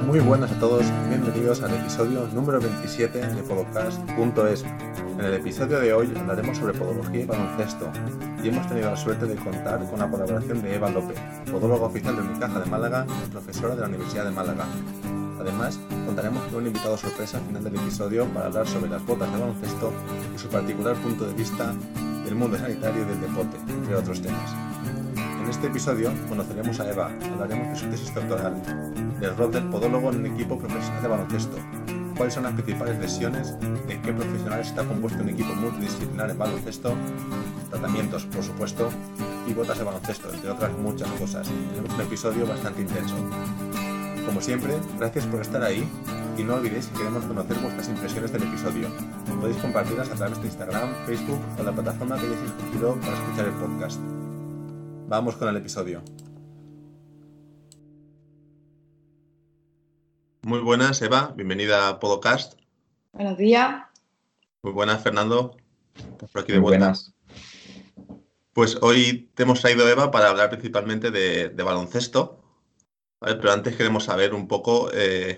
Muy buenas a todos, bienvenidos al episodio número 27 de Podcast.es. En el episodio de hoy hablaremos sobre podología y baloncesto y hemos tenido la suerte de contar con la colaboración de Eva López, podóloga oficial de Unicaja de Málaga y profesora de la Universidad de Málaga. Además, contaremos con un invitado sorpresa al final del episodio para hablar sobre las botas de baloncesto y su particular punto de vista del mundo sanitario y del deporte, entre otros temas. En este episodio conoceremos a Eva, hablaremos de su tesis doctoral, del rol del podólogo en un equipo profesional de baloncesto, cuáles son las principales lesiones, de qué profesionales está compuesto un equipo multidisciplinar en baloncesto, tratamientos, por supuesto, y botas de baloncesto, entre otras muchas cosas. Tenemos un episodio bastante intenso. Como siempre, gracias por estar ahí y no olvidéis que queremos conocer vuestras impresiones del episodio. Podéis compartirlas a través de Instagram, Facebook o la plataforma que hayáis escogido para escuchar el podcast. Vamos con el episodio. Muy buenas, Eva. Bienvenida a Podcast. Buenos días. Muy buenas, Fernando. Por aquí de Muy vuelta. buenas. Pues hoy te hemos traído, Eva, para hablar principalmente de baloncesto. ¿Vale? Pero antes queremos saber un poco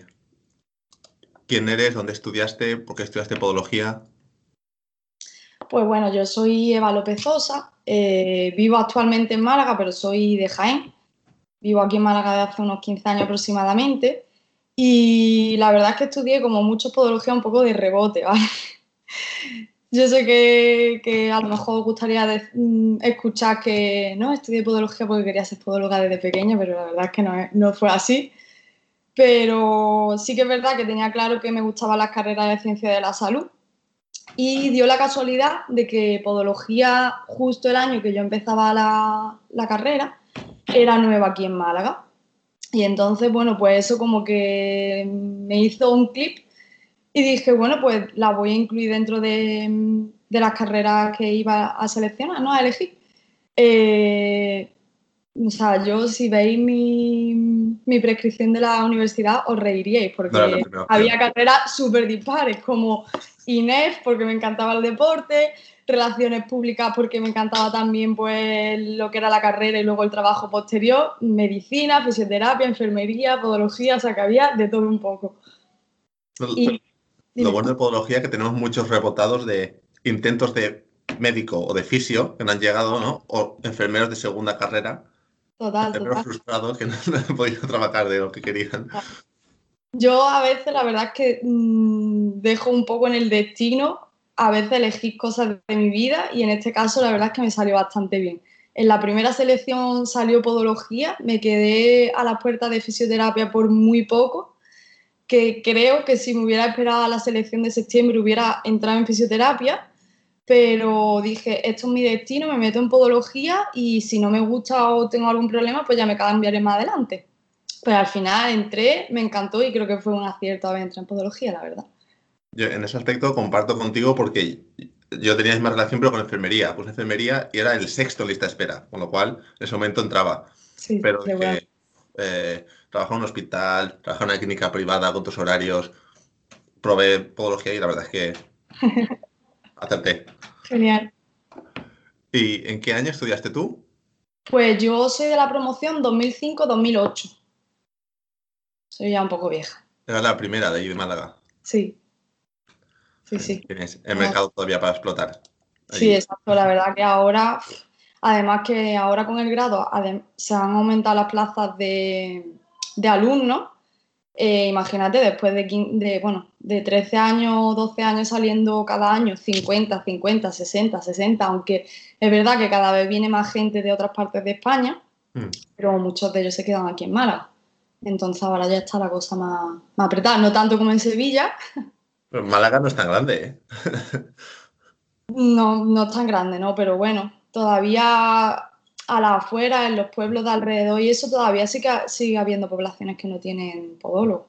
quién eres, dónde estudiaste, por qué estudiaste podología. Pues bueno, yo soy Eva López Sosa, vivo actualmente en Málaga, pero soy de Jaén. Vivo aquí en Málaga desde hace unos 15 años aproximadamente y la verdad es que estudié como mucho podología un poco de rebote, ¿vale? Yo sé que a lo mejor os gustaría escuchar que no estudié podología porque quería ser podóloga desde pequeña, pero la verdad es que no fue así. Pero sí que es verdad que tenía claro que me gustaban las carreras de ciencia de la salud. Y dio la casualidad de que podología, justo el año que yo empezaba la carrera, era nueva aquí en Málaga. Y entonces, bueno, pues eso como que me hizo un clic y dije, bueno, pues la voy a incluir dentro de las carreras que iba a seleccionar, ¿no? A elegir. O sea, yo si veis mi prescripción de la universidad os reiríais porque había carreras súper dispares como INEF porque me encantaba el deporte, relaciones públicas porque me encantaba también pues lo que era la carrera y luego el trabajo posterior, medicina, fisioterapia, enfermería, podología, o sea que había de todo un poco. Lo bueno de podología es que tenemos muchos rebotados de intentos de médico o de fisio que no han llegado, ¿no? O enfermeros de segunda carrera. Total. Frustrados que no han podido trabajar de lo que querían. Yo a veces la verdad es que dejo un poco en el destino a veces elegir cosas de mi vida y en este caso la verdad es que me salió bastante bien. En la primera selección salió podología, me quedé a las puertas de fisioterapia por muy poco, que creo que si me hubiera esperado a la selección de septiembre hubiera entrado en fisioterapia, pero dije, esto es mi destino, me meto en podología y si no me gusta o tengo algún problema, pues ya me cambiaré más adelante. Pues al final entré, me encantó y creo que fue un acierto haber entrado en podología, la verdad. Yo en ese aspecto comparto contigo porque yo tenía más relación pero con enfermería. Puse enfermería y era el sexto en lista de espera, con lo cual en ese momento entraba. Sí, pero qué bueno. Trabajaba en un hospital, trabajaba en una clínica privada con tus horarios, probé podología y la verdad es que acerté. Genial. ¿Y en qué año estudiaste tú? Pues yo soy de la promoción 2005-2008. Soy ya un poco vieja. Era la primera de ahí de Málaga. Sí. Sí. Tienes el mercado todavía para explotar. Sí, exacto. La verdad que ahora, además que ahora con el grado se han aumentado las plazas de alumnos. Imagínate, después de 13 años, 12 años saliendo cada año 50, 60, 60, aunque es verdad que cada vez viene más gente de otras partes de España, pero muchos de ellos se quedan aquí en Málaga. Entonces ahora ya está la cosa más apretada, no tanto como en Sevilla. Pero Málaga no es tan grande, ¿eh? No es tan grande, ¿no? Pero bueno, todavía a la afuera, en los pueblos de alrededor y eso, todavía sí que sigue habiendo poblaciones que no tienen podólogo.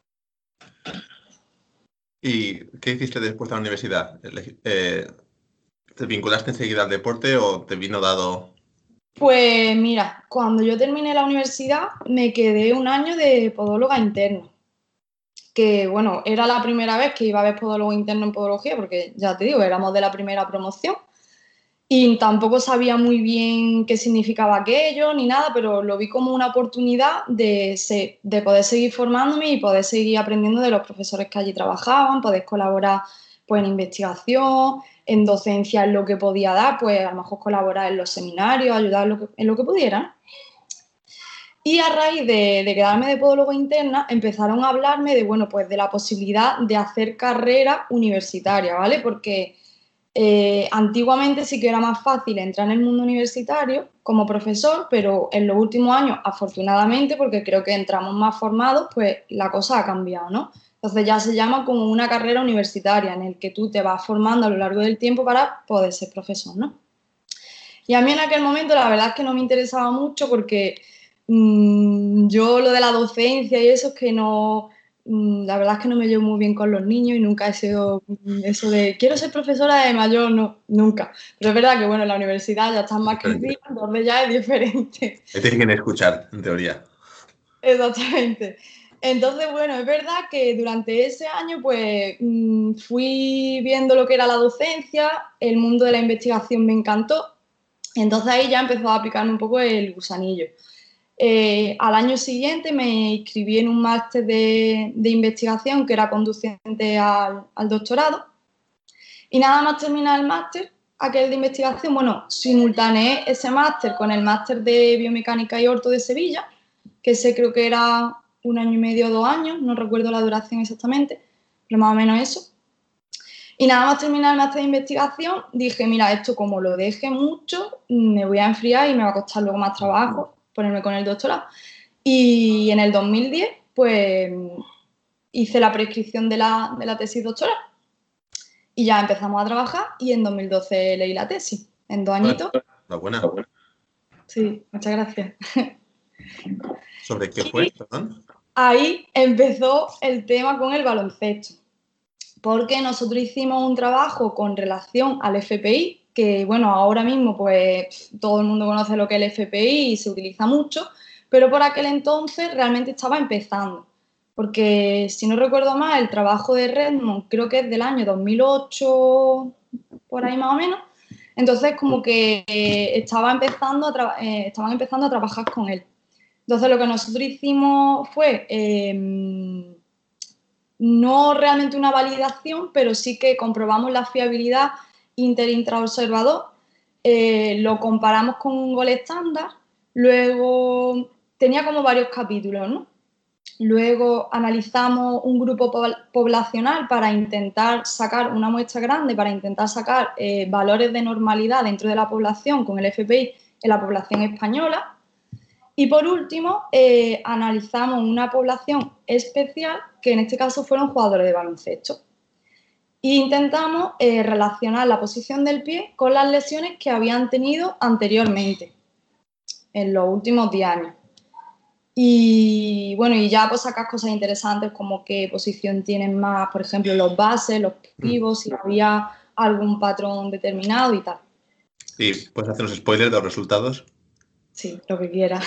¿Y qué hiciste después de la universidad? ¿Te vinculaste enseguida al deporte o te vino dado? Pues mira, cuando yo terminé la universidad me quedé un año de podóloga interno, que bueno, era la primera vez que iba a ver podólogo interno en podología, porque ya te digo, éramos de la primera promoción. y tampoco sabía muy bien qué significaba aquello ni nada, pero lo vi como una oportunidad de poder seguir formándome y poder seguir aprendiendo de los profesores que allí trabajaban, poder colaborar pues, en investigación, en docencia en lo que podía dar, pues a lo mejor colaborar en los seminarios, ayudar en lo que pudiera. Y a raíz de quedarme de podóloga interna, empezaron a hablarme de, bueno, pues de la posibilidad de hacer carrera universitaria, ¿vale? Porque antiguamente sí que era más fácil entrar en el mundo universitario como profesor, pero en los últimos años, afortunadamente, porque creo que entramos más formados, pues la cosa ha cambiado, ¿no? Entonces ya se llama como una carrera universitaria en el que tú te vas formando a lo largo del tiempo para poder ser profesor, ¿no? Y a mí en aquel momento la verdad es que no me interesaba mucho porque yo lo de la docencia y eso es que no, la verdad es que no me llevo muy bien con los niños y nunca he sido eso de quiero ser profesora de mayor, no, nunca. Pero es verdad que bueno, en la universidad ya están más crecidos, entonces ya es diferente. Te tienen que escuchar, en teoría. Exactamente. Entonces, bueno, es verdad que durante ese año pues fui viendo lo que era la docencia, el mundo de la investigación me encantó, entonces ahí ya empezó a picarme un poco el gusanillo. Al año siguiente me inscribí en un máster de investigación que era conducente al doctorado y nada más terminar el máster, aquel de investigación, bueno, simultaneé ese máster con el máster de biomecánica y orto de Sevilla, que ese creo que era 1 año y medio o 2 años, no recuerdo la duración exactamente, pero más o menos eso. Y nada más terminar el máster de investigación, dije, mira, esto como lo deje mucho, me voy a enfriar y me va a costar luego más trabajo ponerme con el doctorado. Y en el 2010, pues, hice la prescripción de la tesis doctoral. Y ya empezamos a trabajar y en 2012 leí la tesis, en 2 añitos. La buena. Sí, muchas gracias. ¿Sobre qué fue? Perdón. Ahí empezó el tema con el baloncesto, porque nosotros hicimos un trabajo con relación al FPI, que bueno, ahora mismo pues todo el mundo conoce lo que es el FPI y se utiliza mucho, pero por aquel entonces realmente estaba empezando, porque si no recuerdo mal, el trabajo de Redmond creo que es del año 2008, por ahí más o menos, entonces como que estaban empezando a trabajar con él. Entonces lo que nosotros hicimos fue no realmente una validación, pero sí que comprobamos la fiabilidad inter-intraobservador, lo comparamos con un gol estándar, luego tenía como varios capítulos, ¿no? Luego analizamos un grupo poblacional para intentar sacar una muestra grande, para intentar sacar valores de normalidad dentro de la población con el FPI en la población española. Y por último, analizamos una población especial, que en este caso fueron jugadores de baloncesto. E intentamos relacionar la posición del pie con las lesiones que habían tenido anteriormente, en los últimos 10 años. Y bueno, y ya pues sacas cosas interesantes como qué posición tienen más, por ejemplo, los bases, los pivots, si había algún patrón determinado y tal. ¿Y puedes hacernos spoilers de los resultados? Sí, lo que quieras.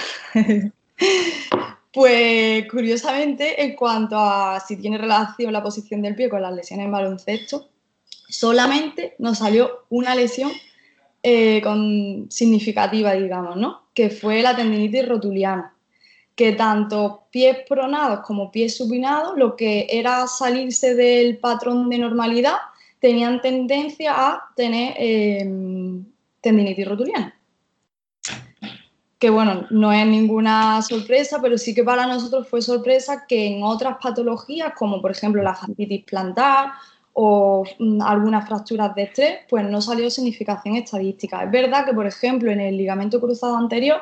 Pues curiosamente, en cuanto a si tiene relación la posición del pie con las lesiones en baloncesto, solamente nos salió una lesión significativa, digamos, ¿no? Que fue la tendinitis rotuliana, que tanto pies pronados como pies supinados, lo que era salirse del patrón de normalidad, tenían tendencia a tener tendinitis rotuliana. Que bueno, no es ninguna sorpresa, pero sí que para nosotros fue sorpresa que en otras patologías, como por ejemplo la fascitis plantar o algunas fracturas de estrés, pues no salió significación estadística. Es verdad que, por ejemplo, en el ligamento cruzado anterior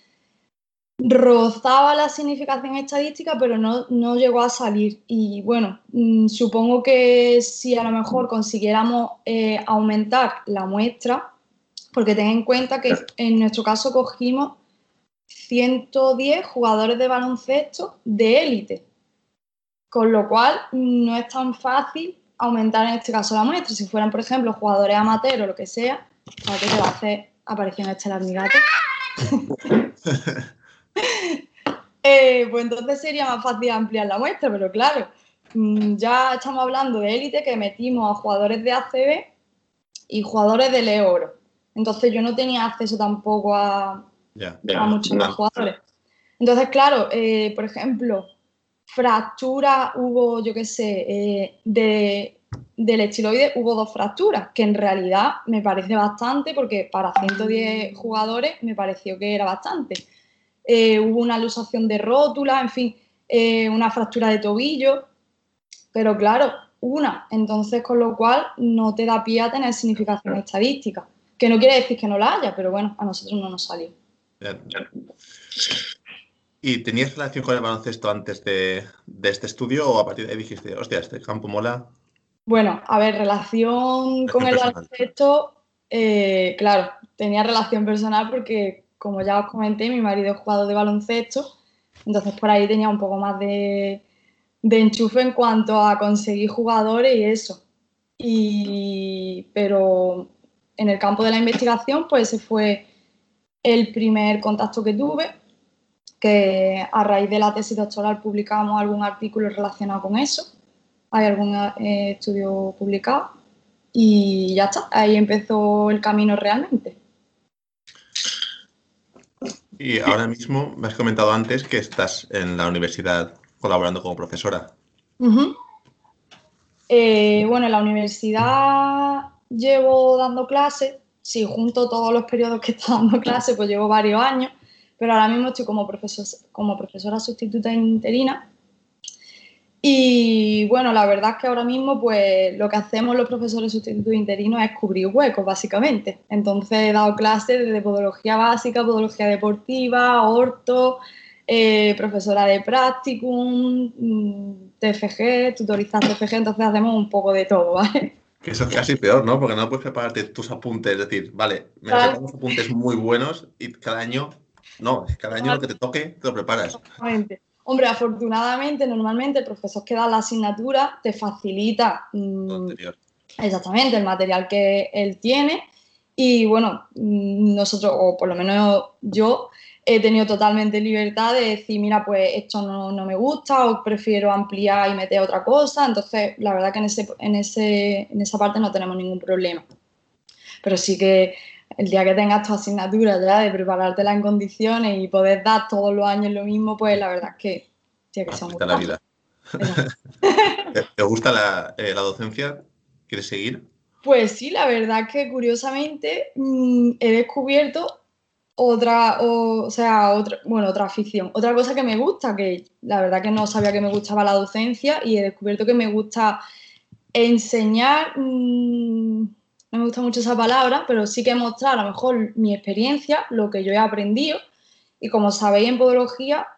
rozaba la significación estadística, pero no llegó a salir. Y bueno, supongo que si a lo mejor consiguiéramos aumentar la muestra, porque ten en cuenta que en nuestro caso cogimos 110 jugadores de baloncesto de élite, con lo cual no es tan fácil aumentar en este caso la muestra. Si fueran, por ejemplo, jugadores amateurs o lo que sea, ¿para qué te va a hacer aparición estelar mi gato? Pues entonces sería más fácil ampliar la muestra, pero claro, ya estamos hablando de élite que metimos a jugadores de ACB y jugadores de Leo Oro. Entonces yo no tenía acceso tampoco a muchos más No. jugadores. Entonces, claro, por ejemplo, fractura hubo, yo qué sé, del estiloide hubo 2 fracturas, que en realidad me parece bastante, porque para 110 jugadores me pareció que era bastante. Hubo una luxación de rótula, en fin, una fractura de tobillo, pero claro, una. Entonces, con lo cual no te da pie a tener significación estadística, que no quiere decir que no la haya, pero bueno, a nosotros no nos salió. ¿Y tenías relación con el baloncesto antes de este estudio o a partir de ahí dijiste, hostia, este campo mola? Bueno, a ver, relación con el personal. baloncesto, claro, tenía relación personal porque, como ya os comenté, mi marido es jugador de baloncesto, entonces por ahí tenía un poco más de enchufe en cuanto a conseguir jugadores y eso. Pero en el campo de la investigación, pues ese fue el primer contacto que tuve, que a raíz de la tesis doctoral publicamos algún artículo relacionado con eso. Hay algún estudio publicado y ya está, ahí empezó el camino realmente. Y ahora mismo me has comentado antes que estás en la universidad colaborando como profesora. Bueno, en la universidad llevo dando clases, si junto todos los periodos que he estado dando clases, pues llevo varios años, pero ahora mismo estoy como profesora sustituta interina. Y bueno, la verdad es que ahora mismo pues lo que hacemos los profesores sustitutos interinos es cubrir huecos, básicamente. Entonces he dado clases desde podología básica, podología deportiva, orto, profesora de practicum, TFG, tutorizar TFG, entonces hacemos un poco de todo, ¿vale? Que eso es casi peor, ¿no? Porque no puedes prepararte tus apuntes, es decir, vale, me preparo unos apuntes muy buenos y cada año lo que te toque, te lo preparas. Exactamente. Hombre, afortunadamente, normalmente el profesor que da la asignatura te facilita exactamente el material que él tiene y bueno, nosotros, o por lo menos yo, he tenido totalmente libertad de decir, mira, pues esto no me gusta o prefiero ampliar y meter otra cosa. Entonces, la verdad que en esa parte no tenemos ningún problema. Pero sí que el día que tengas tu asignatura ya de preparártela en condiciones y poder dar todos los años lo mismo, pues la verdad es que tiene que ser muy la vida. ¿Te gusta la docencia? ¿Quieres seguir? Pues sí, la verdad es que curiosamente he descubierto otra afición. Otra cosa que me gusta, que la verdad que no sabía que me gustaba la docencia y he descubierto que me gusta enseñar, no me gusta mucho esa palabra, pero sí que mostrar a lo mejor mi experiencia, lo que yo he aprendido. Y como sabéis en podología,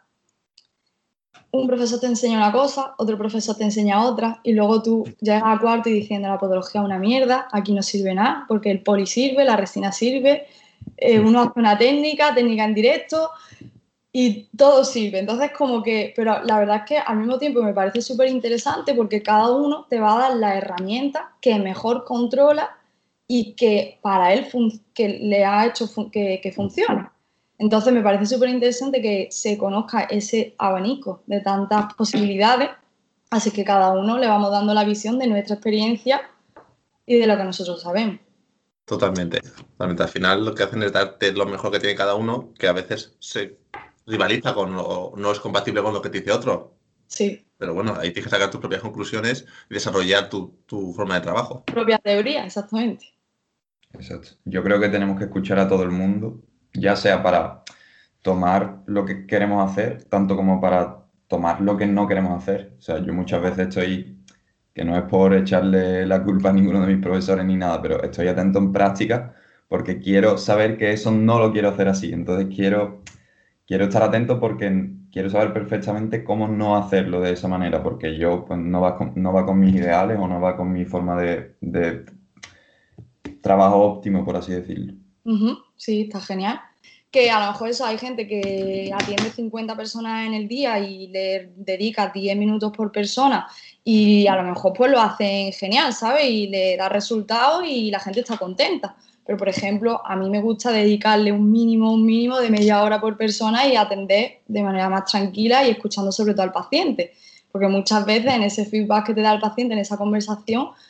un profesor te enseña una cosa, otro profesor te enseña otra, y luego tú llegas a cuarto y diciendo la podología es una mierda, aquí no sirve nada, porque el poli sirve, la resina sirve, uno hace una técnica en directo, y todo sirve. Entonces, como que, pero la verdad es que al mismo tiempo me parece súper interesante porque cada uno te va a dar la herramienta que mejor controla y que para él que le ha hecho que funcione. Entonces, me parece súper interesante que se conozca ese abanico de tantas posibilidades, así que cada uno le vamos dando la visión de nuestra experiencia y de lo que nosotros sabemos. Totalmente. Al final lo que hacen es darte lo mejor que tiene cada uno, que a veces se rivaliza o no es compatible con lo que te dice otro. Sí. Pero bueno, ahí tienes que sacar tus propias conclusiones y desarrollar tu forma de trabajo. Propia teoría, exactamente. Exacto. Yo creo que tenemos que escuchar a todo el mundo, ya sea para tomar lo que queremos hacer, tanto como para tomar lo que no queremos hacer. O sea, yo muchas veces estoy, que no es por echarle la culpa a ninguno de mis profesores ni nada, pero estoy atento en práctica porque quiero saber que eso no lo quiero hacer así. Entonces quiero estar atento porque quiero saber perfectamente cómo no hacerlo de esa manera, porque yo pues, no va con mis ideales o no va con mi forma de trabajo óptimo, por así decirlo. Sí, está genial. Que a lo mejor eso, hay gente que atiende 50 personas en el día y le dedica 10 minutos por persona y a lo mejor pues lo hacen genial, ¿sabes? Y le da resultados y la gente está contenta. Pero, por ejemplo, a mí me gusta dedicarle un mínimo de media hora por persona y atender de manera más tranquila y escuchando sobre todo al paciente. Porque muchas veces en ese feedback que te da el paciente, en esa conversación,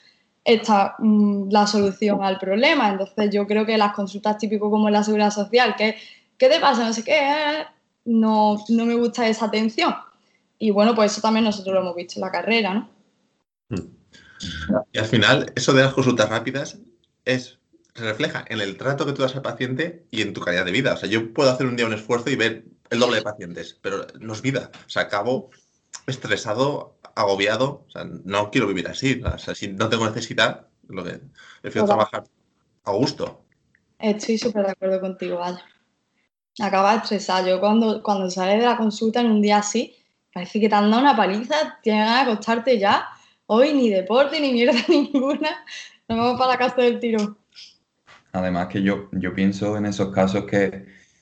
está la solución al problema. Entonces yo creo que las consultas típicas como en la Seguridad Social, que ¿qué te pasa? No sé qué, no me gusta esa atención. Y bueno, pues eso también nosotros lo hemos visto en la carrera, ¿no? Y al final, eso de las consultas rápidas se refleja en el trato que tú das al paciente y en tu calidad de vida. O sea, yo puedo hacer un día un esfuerzo y ver el doble de pacientes, pero no es vida. O sea, acabo estresado, agobiado. O sea, no quiero vivir así. O sea, si no tengo necesidad, prefiero trabajar a gusto. Estoy súper de acuerdo contigo, vaya. Acaba estresado. Yo cuando sales de la consulta en un día así, parece que te han dado una paliza, tienes ganas de acostarte ya. Hoy ni deporte ni mierda ninguna. Nos vamos para la casa del tiro. Además que yo pienso en esos casos que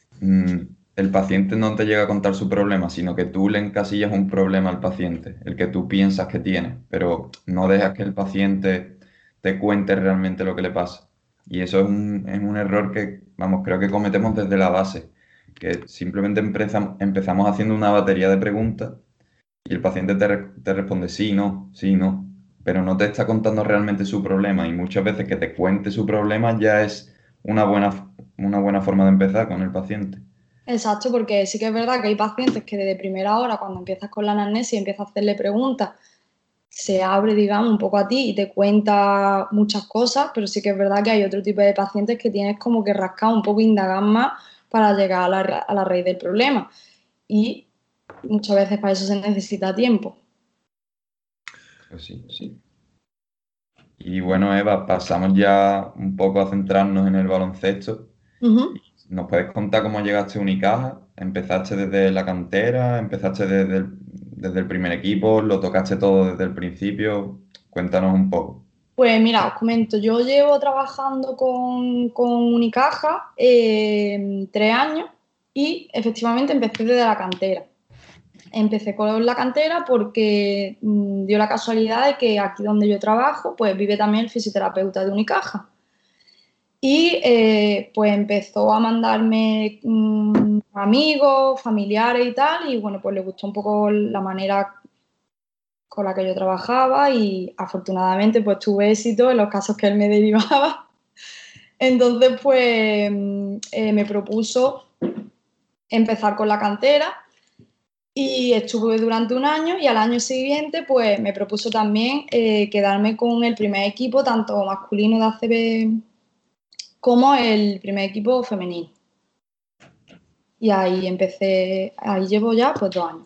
el paciente no te llega a contar su problema, sino que tú le encasillas un problema al paciente, el que tú piensas que tiene, pero no dejas que el paciente te cuente realmente lo que le pasa. Y eso es un error que, vamos, creo que cometemos desde la base, que simplemente empezamos haciendo una batería de preguntas y el paciente te responde sí, no, pero no te está contando realmente su problema y muchas veces que te cuente su problema ya es una buena forma de empezar con el paciente. Exacto, porque sí que es verdad que hay pacientes que desde primera hora, cuando empiezas con la anamnesis y empiezas a hacerle preguntas, se abre, digamos, un poco a ti y te cuenta muchas cosas, pero sí que es verdad que hay otro tipo de pacientes que tienes como que rascar un poco, indagar más para llegar a la raíz del problema. Y muchas veces para eso se necesita tiempo. Pues sí, sí. Y bueno, Eva, pasamos ya un poco a centrarnos en el baloncesto. ¿Nos puedes contar cómo llegaste a Unicaja? ¿Empezaste desde la cantera? ¿Empezaste desde el primer equipo? ¿Lo tocaste todo desde el principio? Cuéntanos un poco. Pues mira, os comento, yo llevo trabajando con Unicaja 3 años y efectivamente empecé desde la cantera. Empecé con la cantera porque dio la casualidad de que aquí donde yo trabajo, pues vive también el fisioterapeuta de Unicaja. Y pues empezó a mandarme amigos, familiares y tal, y bueno, pues le gustó un poco la manera con la que yo trabajaba y afortunadamente pues tuve éxito en los casos que él me derivaba. Entonces pues me propuso empezar con la cantera y estuve durante un año y al año siguiente pues me propuso también quedarme con el primer equipo, tanto masculino de ACB como el primer equipo femenino. Y ahí empecé, ahí llevo ya pues 2 años.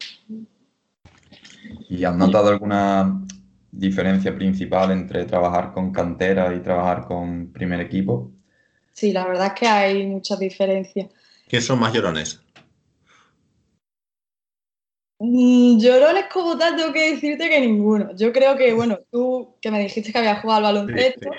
¿Y has notado alguna diferencia principal entre trabajar con cantera y trabajar con primer equipo? Sí, la verdad es que hay muchas diferencias. ¿Quiénes son más llorones? Llorones como tal tengo que decirte que ninguno. Yo creo que, bueno, tú que me dijiste que habías jugado al baloncesto,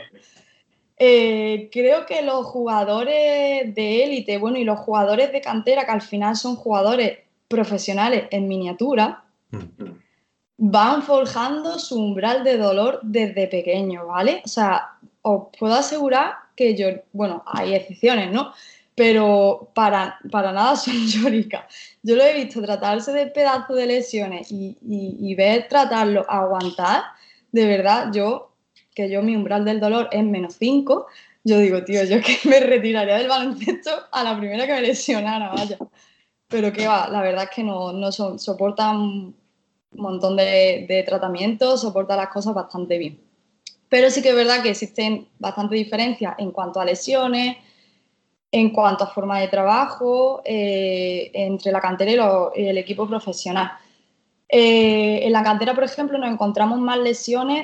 creo que los jugadores de élite, bueno, y los jugadores de cantera, que al final son jugadores profesionales en miniatura, van forjando su umbral de dolor desde pequeño, ¿vale? O sea, os puedo asegurar que yo, bueno, hay excepciones, ¿no? Pero para nada son llóricas. Yo lo he visto tratarse de pedazos de lesiones y ver tratarlo, aguantar, de verdad, que yo mi umbral del dolor es -5, yo digo, tío, yo que me retiraría del baloncesto a la primera que me lesionara, vaya. Pero que va, la verdad es que no soportan un montón de tratamientos, soportan las cosas bastante bien. Pero sí que es verdad que existen bastantes diferencias en cuanto a lesiones, en cuanto a forma de trabajo entre la cantera y el equipo profesional. En la cantera, por ejemplo, nos encontramos más lesiones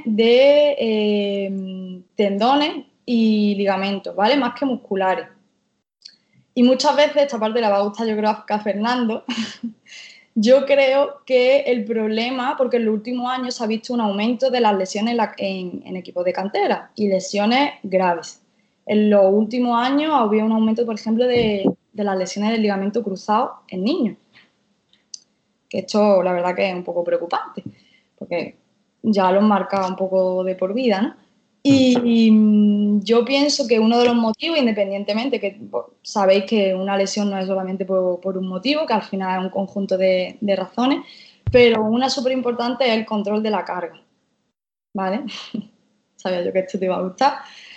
de tendones y ligamentos, ¿vale? Más que musculares. Y muchas veces, esta parte la va a gustar yo creo a Fernando, yo creo que el problema, porque en los últimos años se ha visto un aumento de las lesiones en equipos de cantera y lesiones graves. En los últimos años ha habido un aumento, por ejemplo, de las lesiones del ligamento cruzado en niños. Que esto, la verdad, que es un poco preocupante, porque ya lo han marcado un poco de por vida, ¿no? Y yo pienso que uno de los motivos, independientemente, que sabéis que una lesión no es solamente por un motivo, que al final es un conjunto de razones, pero una súper importante es el control de la carga, ¿vale? sabía yo que esto te iba a gustar,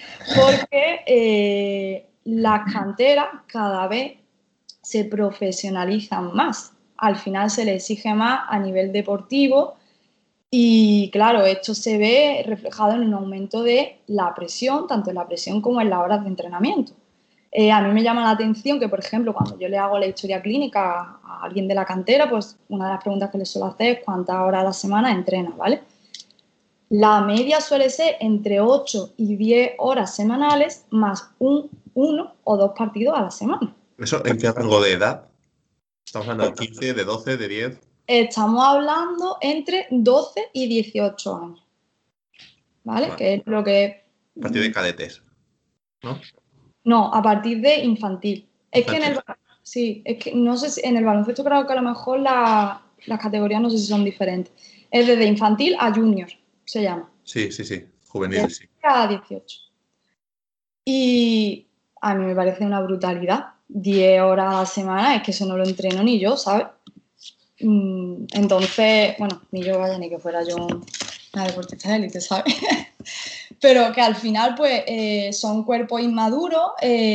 porque las canteras cada vez se profesionalizan más. Al final se le exige más a nivel deportivo y, claro, esto se ve reflejado en un aumento de la presión, tanto en la presión como en las horas de entrenamiento. A mí me llama la atención que, por ejemplo, cuando yo le hago la historia clínica a alguien de la cantera, pues una de las preguntas que le suelo hacer es cuántas horas a la semana entrena, ¿vale? La media suele ser entre 8 y 10 horas semanales más uno o dos partidos a la semana. ¿Eso en qué rango de edad? Estamos hablando de 15, de 12, de 10. Estamos hablando entre 12 y 18 años, ¿vale? Vale. Que es lo que... A partir de cadetes, ¿no? No, a partir de infantil. Es que Infantil. sí, es que no sé si en el baloncesto creo que a lo mejor las categorías no sé si son diferentes. Es desde infantil a junior, se llama. Sí, juvenil, De sí. a 18. Y a mí me parece una brutalidad. 10 horas a la semana, es que eso no lo entreno ni yo, ¿sabes? Entonces, bueno, ni yo, vaya, ni que fuera yo una deportista de élite, ¿sabes? Pero que al final, pues, son cuerpos inmaduros,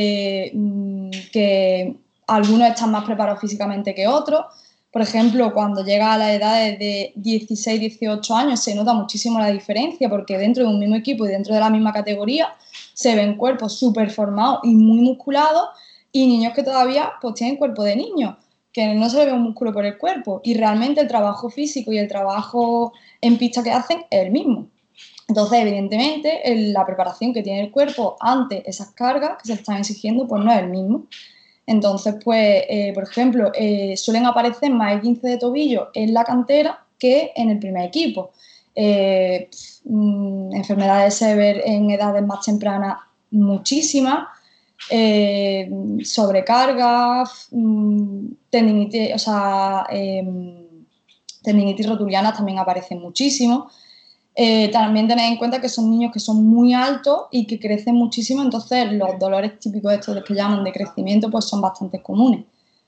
que algunos están más preparados físicamente que otros. Por ejemplo, cuando llega a la edad de 16, 18 años se nota muchísimo la diferencia porque dentro de un mismo equipo y dentro de la misma categoría se ven cuerpos súper formados y muy musculados y niños que todavía pues tienen cuerpo de niños, que no se le ve un músculo por el cuerpo y realmente el trabajo físico y el trabajo en pista que hacen es el mismo. Entonces, evidentemente, la preparación que tiene el cuerpo ante esas cargas que se le están exigiendo pues no es el mismo. Entonces, pues, por ejemplo, suelen aparecer más de 15 de tobillo en la cantera que en el primer equipo. Enfermedades severas en edades más tempranas, muchísimas. Sobrecargas, tendinitis, o sea, tendinitis rotulianas también aparecen muchísimo. También tened en cuenta que son niños que son muy altos y que crecen muchísimo, entonces los dolores típicos estos que llaman de crecimiento pues son bastante comunes.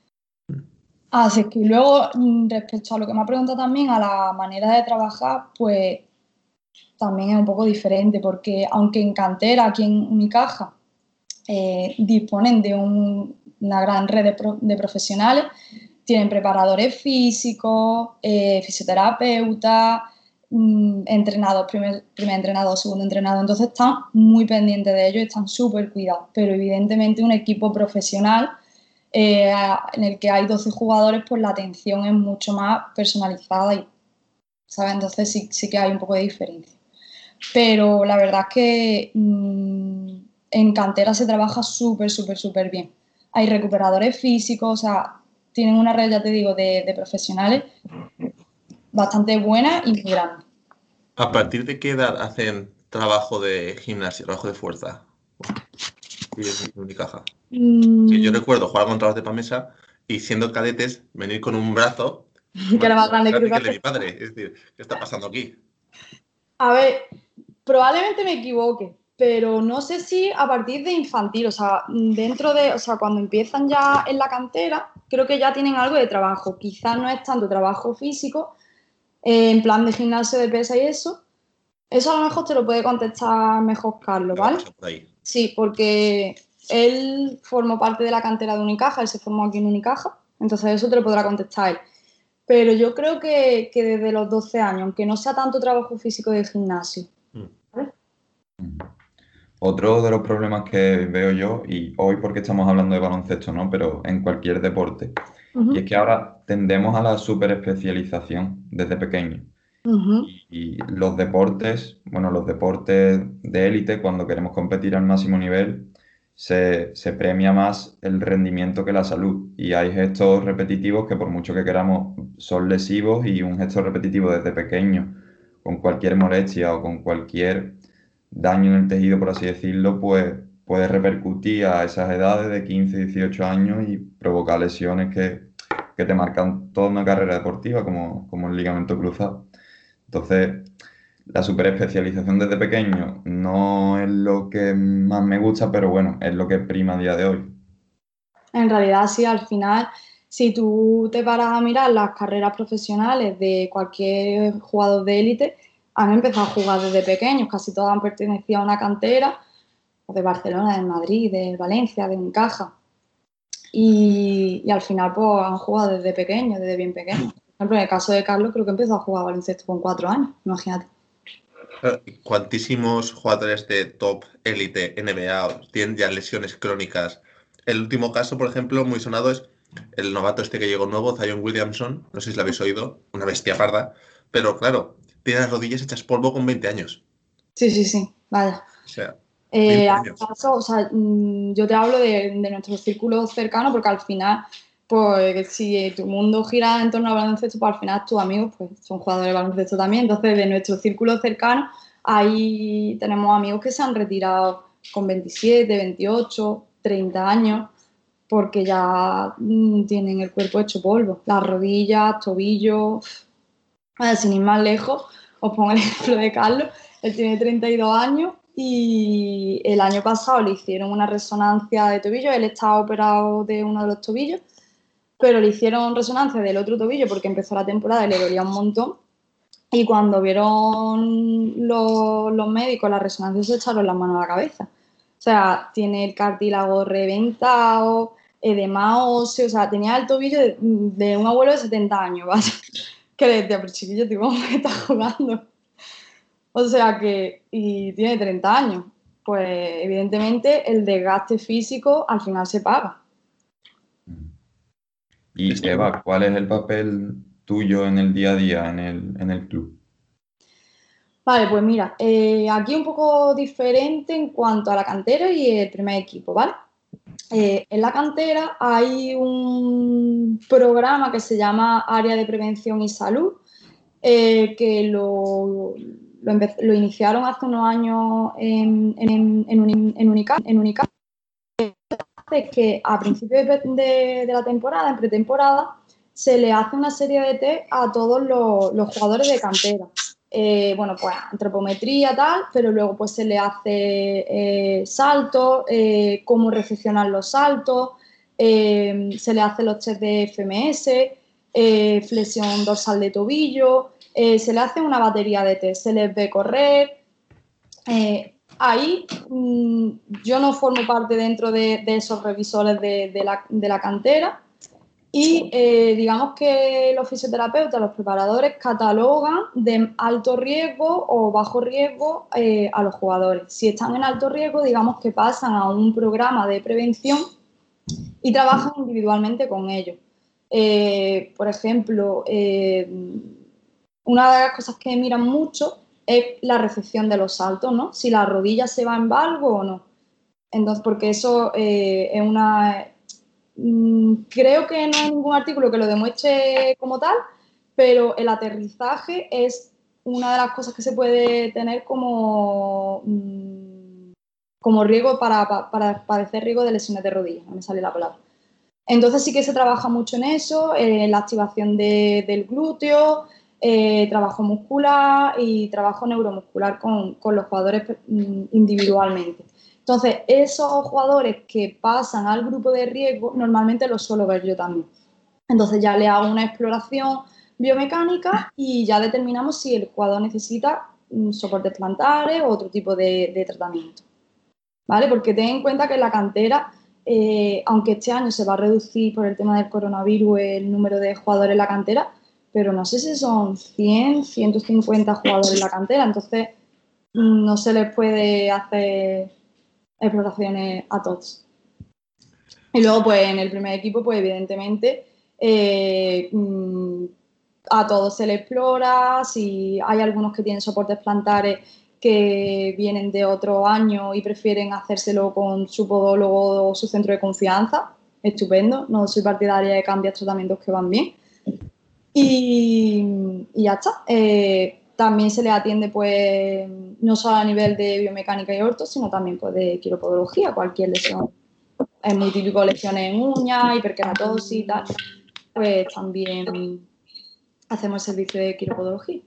Así que luego, respecto a lo que me ha preguntado también, a la manera de trabajar, pues también es un poco diferente, porque aunque en cantera, aquí en Unicaja, disponen de una gran red de profesionales, tienen preparadores físicos, fisioterapeutas, entrenador, primer entrenador, segundo entrenador, entonces están muy pendientes de ellos y están súper cuidados, pero evidentemente un equipo profesional en el que hay 12 jugadores, pues la atención es mucho más personalizada y, ¿sabes? Entonces sí que hay un poco de diferencia. Pero la verdad es que en cantera se trabaja súper bien. Hay recuperadores físicos, o sea, tienen una red, ya te digo, de profesionales bastante buena y muy grande. ¿A partir de qué edad hacen trabajo de gimnasia, trabajo de fuerza? Y es Unicaja. Que yo recuerdo jugar contra los de Pamesa y siendo cadetes venir con un brazo que era más grande que el que de mi padre. Es decir, ¿qué está pasando aquí? A ver, probablemente me equivoque, pero no sé si a partir de infantil, o sea, o sea, cuando empiezan ya en la cantera, creo que ya tienen algo de trabajo. Quizás no es tanto trabajo físico, en plan de gimnasio de pesa y eso. Eso a lo mejor te lo puede contestar mejor Carlos, ¿Qué va a ¿vale? pasar por ahí? Sí, porque él formó parte de la cantera de Unicaja, él se formó aquí en Unicaja, entonces eso te lo podrá contestar él. Pero yo creo que desde los 12 años, aunque no sea tanto trabajo físico de gimnasio. ¿Vale? Otro de los problemas que veo yo, y hoy porque estamos hablando de baloncesto, ¿no? Pero en cualquier deporte, y es que ahora tendemos a la superespecialización desde pequeño. Y los deportes, bueno, los deportes de élite, cuando queremos competir al máximo nivel, se premia más el rendimiento que la salud. Y hay gestos repetitivos que por mucho que queramos son lesivos y un gesto repetitivo desde pequeño, con cualquier molestia o con cualquier daño en el tejido, por así decirlo, pues puede repercutir a esas edades de 15, 18 años y provocar lesiones que te marcan toda una carrera deportiva, como el ligamento cruzado. Entonces, la superespecialización desde pequeño no es lo que más me gusta, pero bueno, es lo que prima a día de hoy. En realidad, sí, al final, si tú te paras a mirar las carreras profesionales de cualquier jugador de élite, han empezado a jugar desde pequeños, casi todos han pertenecido a una cantera, de Barcelona, de Madrid, de Valencia, de Unicaja. Y al final pues han jugado desde pequeños, desde bien pequeños. Por ejemplo, en el caso de Carlos, creo que empezó a jugar baloncesto con 4 años, imagínate. Cuantísimos jugadores de top élite NBA tienen ya lesiones crónicas. El último caso, por ejemplo, muy sonado es el novato este que llegó nuevo, Zion Williamson. No sé si lo habéis oído, una bestia parda. Pero claro, tiene las rodillas hechas polvo con 20 años. Sí, vaya. O sea, 20 años. O sea, yo te hablo de nuestro círculo cercano porque al final, pues si tu mundo gira en torno al baloncesto, pues al final tus amigos pues, son jugadores de baloncesto también. Entonces, de nuestro círculo cercano, ahí tenemos amigos que se han retirado con 27, 28, 30 años porque ya tienen el cuerpo hecho polvo. Las rodillas, tobillos. Sin ir más lejos, os pongo el ejemplo de Carlos. Él tiene 32 años y el año pasado le hicieron una resonancia de tobillo. Él estaba operado de uno de los tobillos, pero le hicieron resonancia del otro tobillo porque empezó la temporada y le dolía un montón. Y cuando vieron los médicos la resonancia, se echaron las manos a la cabeza. O sea, tiene el cartílago reventado, edema óseo, o sea, tenía el tobillo de un abuelo de 70 años, ¿vale? Que le decía, pero chiquillo, tío, ¿cómo me estás jugando? O sea que, y tiene 30 años, pues evidentemente el desgaste físico al final se paga. Y Eva, ¿cuál es el papel tuyo en el día a día en el club? Vale, pues mira, aquí un poco diferente en cuanto a la cantera y el primer equipo, ¿vale? En la cantera hay un programa que se llama Área de Prevención y Salud, que lo iniciaron hace unos años en Unicaja, que a principios de la temporada, en pretemporada, se le hace una serie de test a todos los jugadores de cantera. Bueno, pues antropometría, tal, pero luego pues se le hace saltos, cómo recepcionar los saltos, se le hace los test de FMS, flexión dorsal de tobillo, se le hace una batería de test, se les ve correr. Ahí yo no formo parte dentro de esos revisores de la cantera y digamos que los fisioterapeutas, los preparadores catalogan de alto riesgo o bajo riesgo a los jugadores. Si están en alto riesgo, digamos que pasan a un programa de prevención y trabajan individualmente con ellos. Por ejemplo, una de las cosas que miran mucho es la recepción de los saltos, ¿no? Si la rodilla se va en valgo o no. Entonces, porque eso es una... creo que no hay ningún artículo que lo demuestre como tal, pero el aterrizaje es una de las cosas que se puede tener como riesgo para padecer riesgo de lesiones de rodilla, no me sale la palabra. Entonces sí que se trabaja mucho en eso, en la activación del glúteo, trabajo muscular y trabajo neuromuscular con los jugadores individualmente. Entonces, esos jugadores que pasan al grupo de riesgo, normalmente los suelo ver yo también. Entonces ya le hago una exploración biomecánica y ya determinamos si el jugador necesita soportes plantares o otro tipo de tratamiento. ¿Vale? Porque ten en cuenta que en la cantera, aunque este año se va a reducir por el tema del coronavirus el número de jugadores en la cantera, pero no sé si son 100, 150 jugadores en la cantera, entonces no se les puede hacer exploraciones a todos. Y luego, pues en el primer equipo, pues evidentemente a todos se les explora. Si hay algunos que tienen soportes plantares que vienen de otro año y prefieren hacérselo con su podólogo o su centro de confianza, estupendo. No soy partidaria de cambiar tratamientos que van bien. Y ya está. También se le atiende, pues, no solo a nivel de biomecánica y orto, sino también pues, de quiropodología, cualquier lesión. Es muy típico lesiones en uñas, hiperkeratosis y tal. Pues también hacemos el servicio de quiropodología.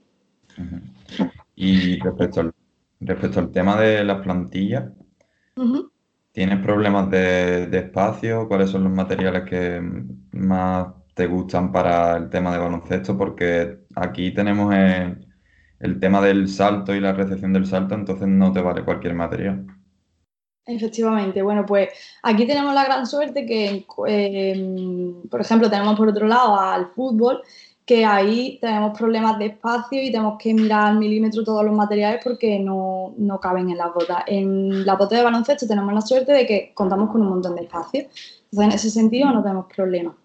Y respecto al tema de las plantillas, ¿tienes problemas de espacio? ¿Cuáles son los materiales que más te gustan para el tema de baloncesto? Porque aquí tenemos el el tema del salto y la recepción del salto, entonces no te vale cualquier material. Efectivamente, bueno, pues aquí tenemos la gran suerte que, por ejemplo, tenemos por otro lado al fútbol, que ahí tenemos problemas de espacio y tenemos que mirar al milímetro todos los materiales porque no caben en las botas. En la bota de baloncesto tenemos la suerte de que contamos con un montón de espacio, entonces en ese sentido no tenemos problemas.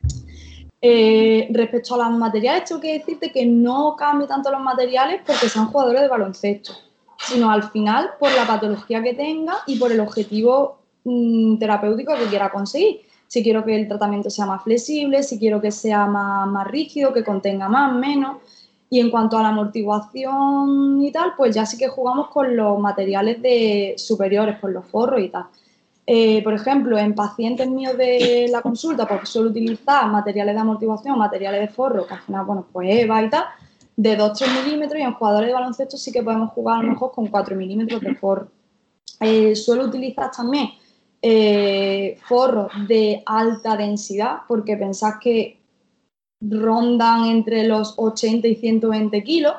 Respecto a los materiales, tengo que decirte que no cambio tanto los materiales porque sean jugadores de baloncesto, sino al final por la patología que tenga y por el objetivo terapéutico que quiera conseguir. Si quiero que el tratamiento sea más flexible, si quiero que sea más rígido, que contenga más, menos. Y en cuanto a la amortiguación y tal, pues ya sí que jugamos con los materiales superiores, con los forros y tal. Por ejemplo, en pacientes míos de la consulta, pues suelo utilizar materiales de amortiguación, materiales de forro, que al final, bueno, pues EVA y tal, de 2-3 milímetros, y en jugadores de baloncesto sí que podemos jugar a lo mejor con 4 milímetros de forro. Suelo utilizar también forros de alta densidad, porque pensad que rondan entre los 80 y 120 kilos,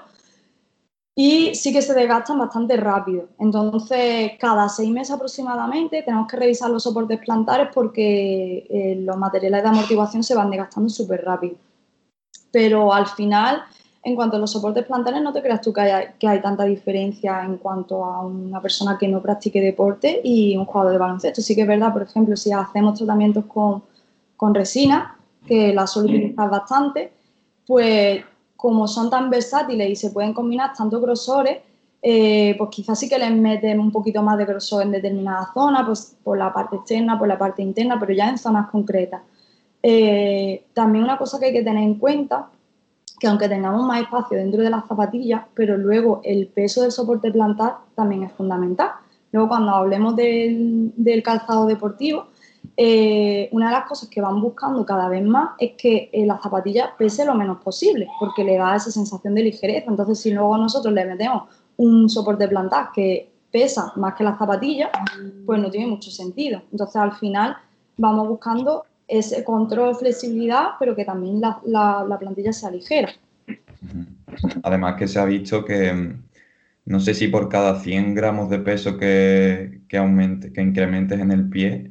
y sí que se desgastan bastante rápido. Entonces, cada 6 meses aproximadamente tenemos que revisar los soportes plantares porque los materiales de amortiguación se van desgastando súper rápido. Pero al final, en cuanto a los soportes plantares, no te creas tú que hay tanta diferencia en cuanto a una persona que no practique deporte y un jugador de baloncesto. Sí que es verdad, por ejemplo, si hacemos tratamientos con resina, que la suelo utilizar bastante, pues como son tan versátiles y se pueden combinar tantos grosores, pues quizás sí que les meten un poquito más de grosor en determinadas zonas, pues por la parte externa, por la parte interna, pero ya en zonas concretas. También una cosa que hay que tener en cuenta, que aunque tengamos más espacio dentro de las zapatillas, pero luego el peso del soporte plantar también es fundamental. Luego cuando hablemos del calzado deportivo, una de las cosas que van buscando cada vez más es que la zapatilla pese lo menos posible, porque le da esa sensación de ligereza. Entonces, si luego nosotros le metemos un soporte plantar que pesa más que las zapatillas, pues no tiene mucho sentido. Entonces, al final, vamos buscando ese control, flexibilidad, pero que también la plantilla sea ligera. Además que se ha visto que, no sé si por cada 100 gramos de peso que incrementes en el pie,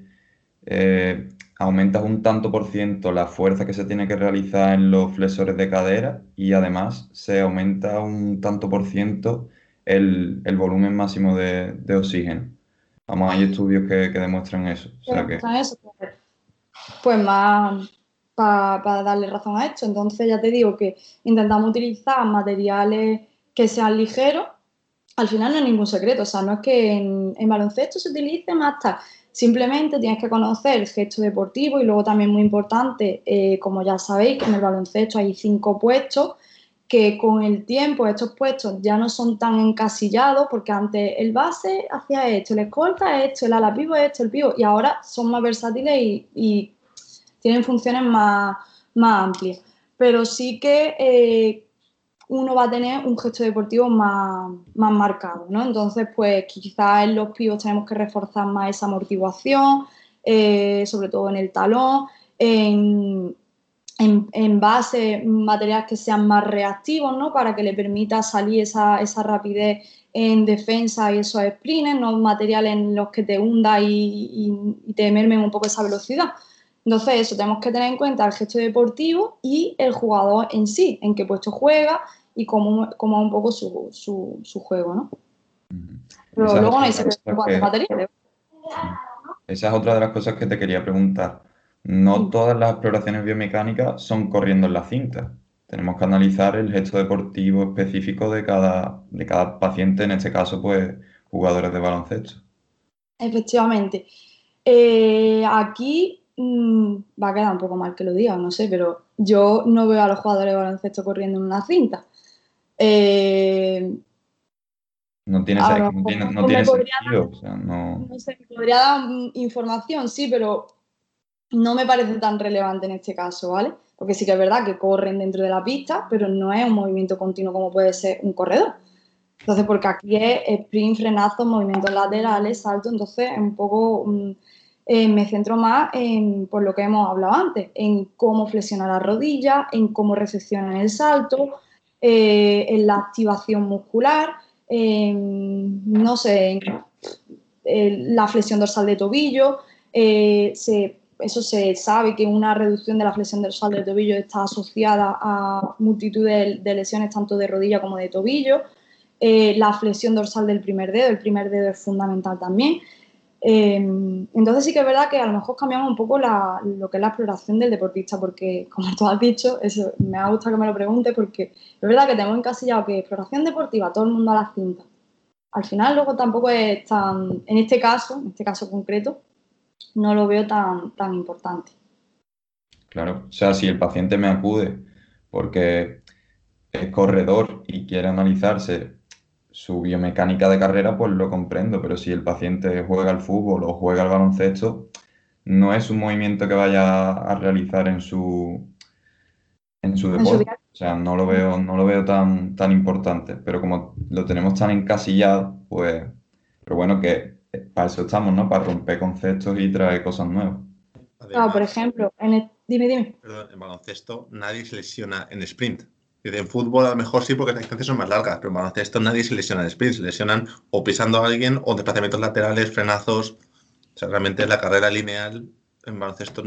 aumentas un tanto por ciento la fuerza que se tiene que realizar en los flexores de cadera y además se aumenta un tanto por ciento el volumen máximo de oxígeno. Vamos, hay estudios que demuestran eso. O sea que, Pues más para darle razón a esto. Entonces ya te digo que intentamos utilizar materiales que sean ligeros. Al final no es ningún secreto, o sea, no es que en baloncesto se utilice más tal. Simplemente tienes que conocer el gesto deportivo y luego también muy importante, como ya sabéis, que en el baloncesto hay 5 puestos, que con el tiempo estos puestos ya no son tan encasillados, porque antes el base hacía esto, el escolta esto, el ala pívot esto, el pívot, y ahora son más versátiles y tienen funciones más amplias. Pero sí que uno va a tener un gesto deportivo más marcado, ¿no? Entonces, pues quizás en los pivots tenemos que reforzar más esa amortiguación, sobre todo en el talón, en base, materiales que sean más reactivos, ¿no? Para que le permita salir esa rapidez en defensa y esos sprints, no materiales en los que te hunda y te mermen un poco esa velocidad. Entonces, eso, tenemos que tener en cuenta el gesto deportivo y el jugador en sí, en qué puesto juega y cómo es un poco su juego, ¿no? Pero esa es luego no otra hay de las secreto en cosas cuanto a materiales. esa es otra de las cosas que te quería preguntar. No todas las exploraciones biomecánicas son corriendo en la cinta. Tenemos que analizar el gesto deportivo específico de cada paciente, en este caso, pues, jugadores de baloncesto. Efectivamente. Aquí va a quedar un poco mal que lo diga, no sé, pero yo no veo a los jugadores de baloncesto corriendo en una cinta. No tiene, A es lo que no mejor me tiene podría sentido. O sea, no. no sé, me podría dar información, sí, pero no me parece tan relevante en este caso, ¿vale? Porque sí que es verdad que corren dentro de la pista, pero no es un movimiento continuo como puede ser un corredor. Entonces, porque aquí es sprint, frenazo, movimientos laterales, salto, entonces un poco me centro más en por lo que hemos hablado antes, en cómo flexionar la rodilla, en cómo recepcionan el salto, en la activación muscular, no sé, la flexión dorsal de tobillo. Eso se sabe que una reducción de la flexión dorsal del tobillo está asociada a multitud de lesiones tanto de rodilla como de tobillo. La flexión dorsal del primer dedo, el primer dedo es fundamental también. Entonces sí que es verdad que a lo mejor cambiamos un poco lo que es la exploración del deportista, porque como tú has dicho, eso me ha gustado que me lo preguntes, porque es verdad que tenemos encasillado que exploración deportiva, todo el mundo a la cinta. Al final luego tampoco es tan, en este caso concreto, no lo veo tan importante. Claro, o sea, si el paciente me acude porque es corredor y quiere analizarse su biomecánica de carrera, pues lo comprendo, pero si el paciente juega al fútbol o juega al baloncesto, no es un movimiento que vaya a realizar en su En su deporte. día. O sea, no lo veo tan importante, pero como lo tenemos tan encasillado, pues, pero bueno, que para eso estamos, ¿no? Para romper conceptos y traer cosas nuevas. Claro, por Además, ejemplo, dime. perdón, en baloncesto nadie se lesiona en sprint. En fútbol a lo mejor sí porque las distancias son más largas, pero en baloncesto nadie se lesiona en sprint. Se lesionan o pisando a alguien o en desplazamientos laterales, frenazos. O sea, realmente la carrera lineal en baloncesto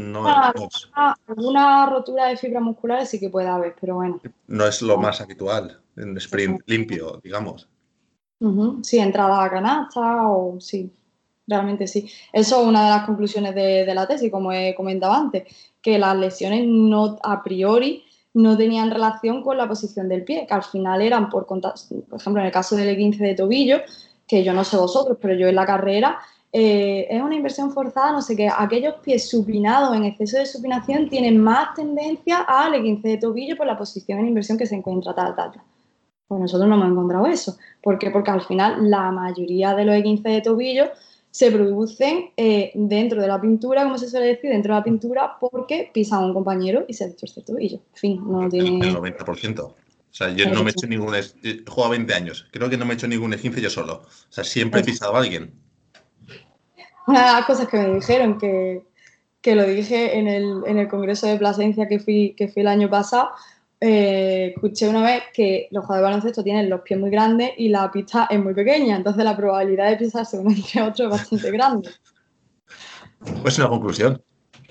Alguna rotura de fibras musculares sí que puede haber, pero bueno. no es lo más habitual en sprint limpio, digamos. Sí, entrada a canasta o sí, realmente sí. Eso es una de las conclusiones de la tesis, como he comentado antes, que las lesiones no a priori no tenían relación con la posición del pie, que al final eran por ejemplo, en el caso del E15 de tobillo, que yo no sé vosotros, pero yo en la carrera es una inversión forzada, no sé qué, aquellos pies supinados en exceso de supinación tienen más tendencia al E15 de tobillo por la posición en inversión que se encuentra, tal. Pues nosotros no hemos encontrado eso. ¿Por qué? Porque al final la mayoría de los E15 de tobillo se producen dentro de la pintura, como se suele decir, dentro de la pintura, porque pisa a un compañero y se destroza el tobillo. En fin, no El tiene... 90%. O sea, yo no me he hecho ningún... He jugado 20 años. Creo que no me he hecho ningún E15 yo solo. O sea, siempre he pisado a alguien. Una de las cosas que me dijeron, que lo dije en el congreso de Plasencia que fui el año pasado, escuché una vez que los jugadores de baloncesto tienen los pies muy grandes y la pista es muy pequeña, entonces la probabilidad de pisarse uno entre otro es bastante grande. Pues una conclusión.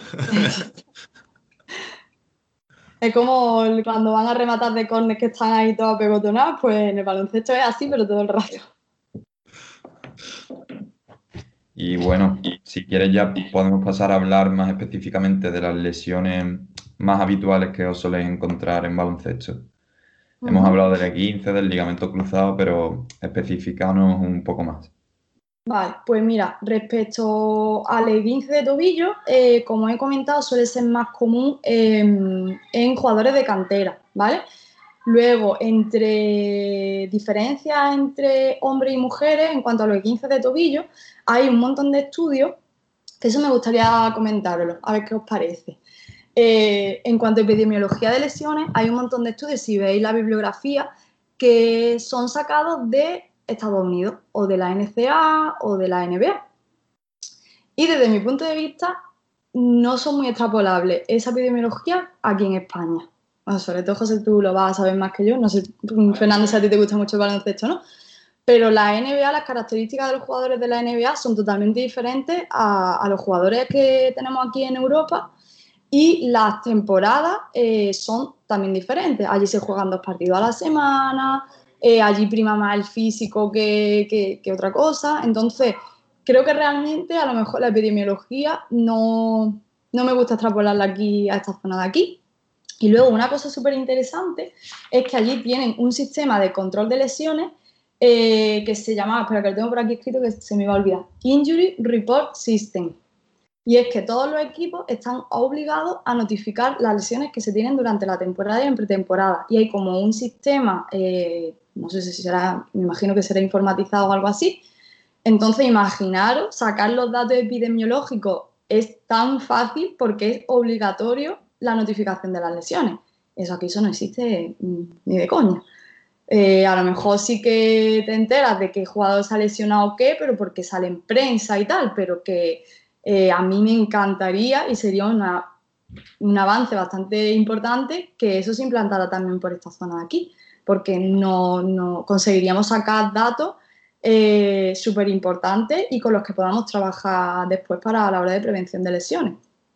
Es como cuando van a rematar de córner que están ahí todos apegotonados, pues en el baloncesto es así, pero todo el rato. Y bueno, si quieres ya podemos pasar a hablar más específicamente de las lesiones más habituales que os soléis encontrar en baloncesto. Hemos hablado del E15, del ligamento cruzado, pero especificanos un poco más. Vale, pues mira, respecto al esguince de tobillo, como he comentado, suele ser más común en jugadores de cantera, ¿vale? Luego, entre diferencias entre hombres y mujeres en cuanto a los esguinces de tobillo, hay un montón de estudios, que eso me gustaría comentarlo, a ver qué os parece. En cuanto a epidemiología de lesiones, hay un montón de estudios, si veis la bibliografía, que son sacados de Estados Unidos, o de la NCAA o de la NBA. Y desde mi punto de vista, no son muy extrapolables esa epidemiología aquí en España. Bueno, sobre todo, José, tú lo vas a saber más que yo. No sé, Fernando, si a ti te gusta mucho el baloncesto, ¿no? Pero la NBA, las características de los jugadores de la NBA son totalmente diferentes a los jugadores que tenemos aquí en Europa. Y las temporadas son también diferentes. Allí se juegan 2 partidos a la semana, allí prima más el físico que otra cosa. Entonces, creo que realmente a lo mejor la epidemiología no me gusta extrapolarla aquí a esta zona de aquí. Y luego una cosa súper interesante es que allí tienen un sistema de control de lesiones que se llama, espera que lo tengo por aquí escrito que se me va a olvidar, Injury Report System. Y es que todos los equipos están obligados a notificar las lesiones que se tienen durante la temporada y en pretemporada. Y hay como un sistema, no sé si será, me imagino que será informatizado o algo así. Entonces, imaginaros, sacar los datos epidemiológicos es tan fácil porque es obligatorio la notificación de las lesiones. Eso no existe ni de coña. A lo mejor sí que te enteras de qué jugador se ha lesionado o qué, pero porque sale en prensa y tal, pero que a mí me encantaría y sería un avance bastante importante que eso se implantara también por esta zona de aquí. porque no conseguiríamos sacar datos súper importantes y con los que podamos trabajar después para la hora de prevención de lesiones.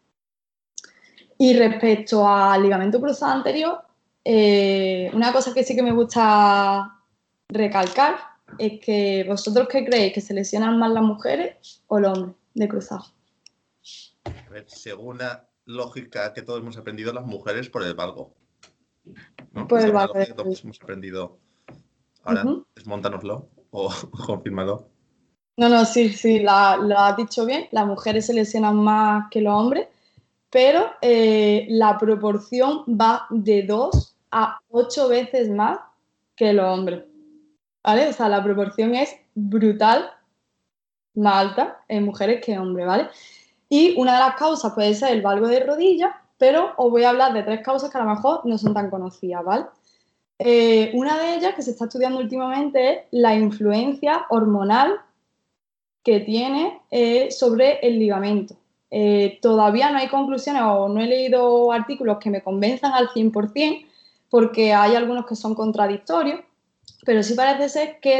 Y respecto al ligamento cruzado anterior, una cosa que sí que me gusta recalcar es que vosotros, ¿qué creéis? ¿Que se lesionan más las mujeres o los hombres de cruzado? A ver, según la lógica que todos hemos aprendido, las mujeres por el valgo, ¿no? Por el Según la valgo lógica que de todos hemos aprendido. Ahora, desmóntanoslo o confírmalo. No, sí, lo has dicho bien. Las mujeres se lesionan más que los hombres, pero la proporción va de 2 a 8 veces más que los hombres, ¿vale? O sea, la proporción es brutal, más alta en mujeres que en hombres, ¿vale? Y una de las causas puede ser el valgo de rodilla, pero os voy a hablar de 3 causas que a lo mejor no son tan conocidas, ¿vale? Una de ellas que se está estudiando últimamente es la influencia hormonal que tiene sobre el ligamento. Todavía no hay conclusiones o no he leído artículos que me convenzan al 100% porque hay algunos que son contradictorios, pero sí parece ser que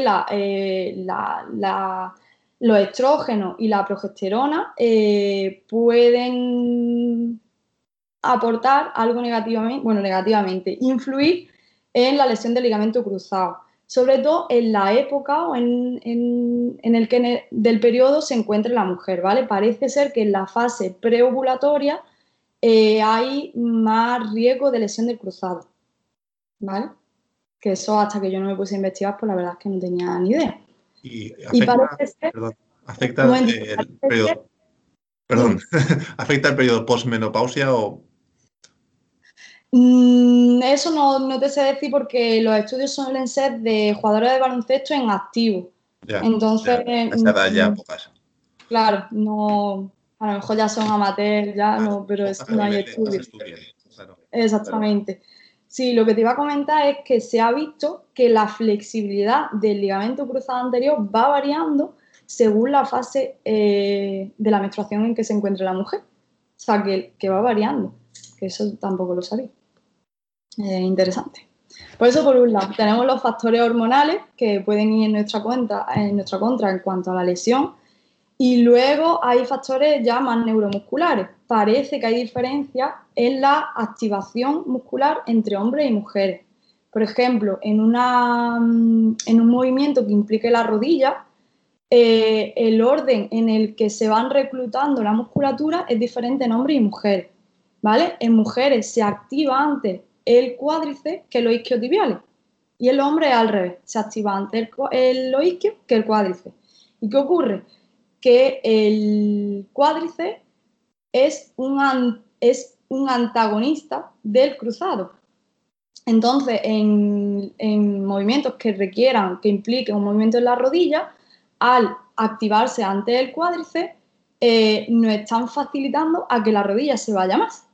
los estrógenos y la progesterona pueden aportar algo negativamente, influir en la lesión del ligamento cruzado, sobre todo en la época o en el que del periodo se encuentre la mujer, ¿vale? Parece ser que en la fase preovulatoria hay más riesgo de lesión del cruzado, ¿vale? Que eso hasta que yo no me puse a investigar, pues la verdad es que no tenía ni idea. Y afecta el periodo. Perdón, ¿afecta el periodo postmenopausia o...? Eso no te sé decir porque los estudios suelen ser de jugadores de baloncesto en activo. Ya, Entonces, a esa edad ya pocas. claro, no, a lo mejor ya son amateurs, ya no, pero no hay estudios. Claro. Exactamente. Sí, lo que te iba a comentar es que se ha visto que la flexibilidad del ligamento cruzado anterior va variando según la fase de la menstruación en que se encuentre la mujer. O sea, que va variando, que eso tampoco lo sabía. Interesante. Por eso, por un lado, tenemos los factores hormonales que pueden ir en nuestra contra en cuanto a la lesión, y luego hay factores ya más neuromusculares. Parece que hay diferencias en la activación muscular entre hombres y mujeres. Por ejemplo, en un movimiento que implique la rodilla, el orden en el que se van reclutando la musculatura es diferente en hombres y mujeres, ¿vale? En mujeres se activa antes el cuádriceps que los isquiotibiales y en los hombres es al revés, se activa antes los isquios que el cuádriceps. ¿Y qué ocurre? Que el cuádriceps es un antagonista del cruzado. Entonces, en movimientos que requieran, que impliquen un movimiento en la rodilla, al activarse antes el cuádriceps, nos están facilitando a que la rodilla se vaya más.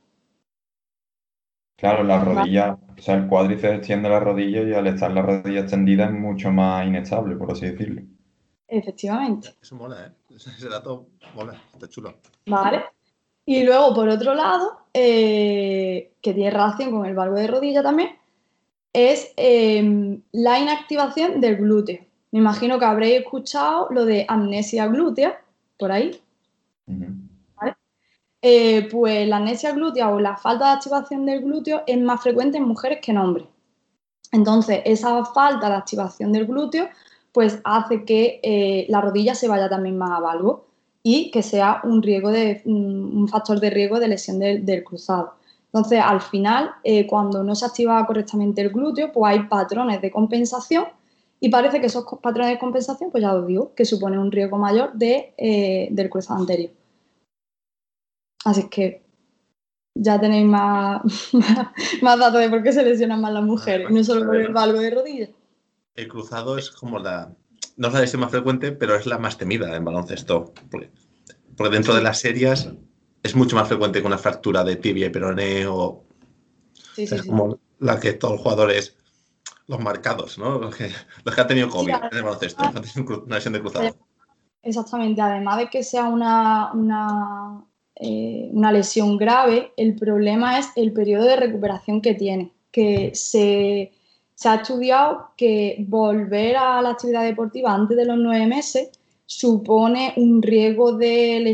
Claro, la rodilla, o sea, el cuádriceps extiende la rodilla y al estar la rodilla extendida es mucho más inestable, por así decirlo. Efectivamente. Eso mola, ¿eh? Ese dato mola, está chulo. ¿Vale? Y luego, por otro lado, que tiene relación con el valgo de rodilla también, es la inactivación del glúteo. Me imagino que habréis escuchado lo de amnesia glútea, por ahí. ¿Vale? Pues la amnesia glútea o la falta de activación del glúteo es más frecuente en mujeres que en hombres. Entonces, esa falta de activación del glúteo pues hace que la rodilla se vaya también más a valgo y que sea un factor de riesgo de lesión del cruzado. Entonces, al final, cuando no se activa correctamente el glúteo, pues hay patrones de compensación y parece que esos patrones de compensación, pues ya os digo, que suponen un riesgo mayor del cruzado anterior. Así que ya tenéis más datos de por qué se lesionan más las mujeres, no solo por el valgo de rodilla. El cruzado es como no es la lesión más frecuente, pero es la más temida en baloncesto. Porque dentro de las series es mucho más frecuente que una fractura de tibia y peroné o es como la que todos los jugadores, los marcados, ¿no? Los que han tenido COVID en el baloncesto, han tenido una lesión de cruzado. Exactamente, además de que sea una lesión grave, el problema es el periodo de recuperación que tiene, que se se ha estudiado que volver a la actividad deportiva antes de los 9 meses supone un riesgo de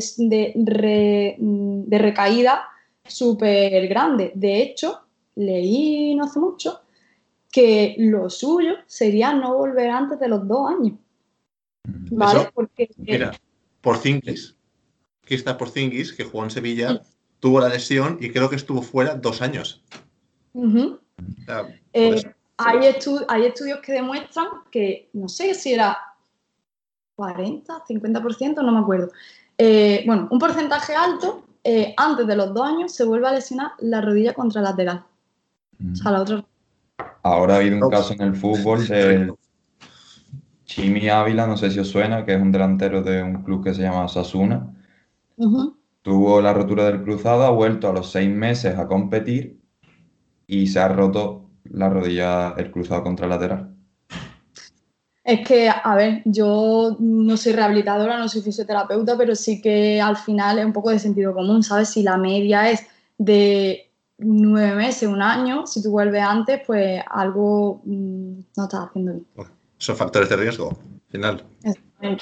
recaída súper grande. De hecho, leí no hace mucho que lo suyo sería no volver antes de los 2 años. ¿Vale? Eso, porque mira, Porzingis, Porzingis, que jugó en Sevilla, tuvo la lesión y creo que estuvo fuera 2 años. Uh-huh. O sea, hay estudios que demuestran que, no sé si era 40, 50%, no me acuerdo. Bueno, un porcentaje alto, antes de los 2 años se vuelve a lesionar la rodilla contralateral. O sea, la otra. Ahora ha habido un caso en el fútbol del Chimi Ávila, no sé si os suena, que es un delantero de un club que se llama Osasuna. Uh-huh. Tuvo la rotura del cruzado, ha vuelto a los 6 meses a competir y se ha roto la rodilla, el cruzado contralateral. Es que, a ver, yo no soy rehabilitadora, no soy fisioterapeuta, pero sí que al final es un poco de sentido común, ¿sabes? Si la media es de 9 meses, 1 año, si tú vuelves antes, pues algo no estás haciendo bien. Son factores de riesgo, al final. Exactamente.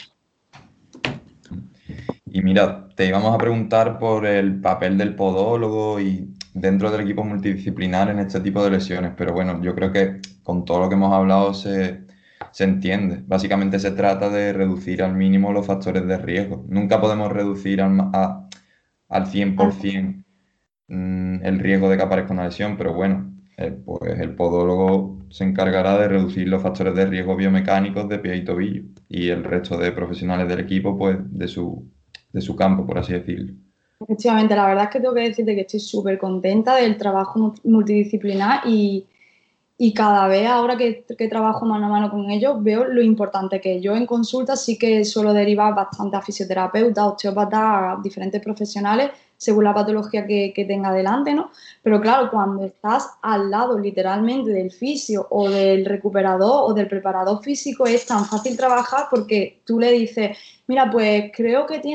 Y mira, te íbamos a preguntar por el papel del podólogo y dentro del equipo multidisciplinar en este tipo de lesiones, pero bueno, yo creo que con todo lo que hemos hablado se entiende. Básicamente se trata de reducir al mínimo los factores de riesgo. Nunca podemos reducir al 100% el riesgo de que aparezca una lesión, pero bueno, pues el podólogo se encargará de reducir los factores de riesgo biomecánicos de pie y tobillo y el resto de profesionales del equipo, pues de su campo, por así decirlo. Efectivamente, la verdad es que tengo que decirte que estoy súper contenta del trabajo multidisciplinar y cada vez ahora que trabajo mano a mano con ellos veo lo importante que es. Yo en consulta sí que suelo derivar bastante a fisioterapeutas, osteópatas, a diferentes profesionales según la patología que tenga delante, ¿no? Pero claro, cuando estás al lado literalmente del fisio o del recuperador o del preparador físico es tan fácil trabajar porque tú le dices, mira, pues creo que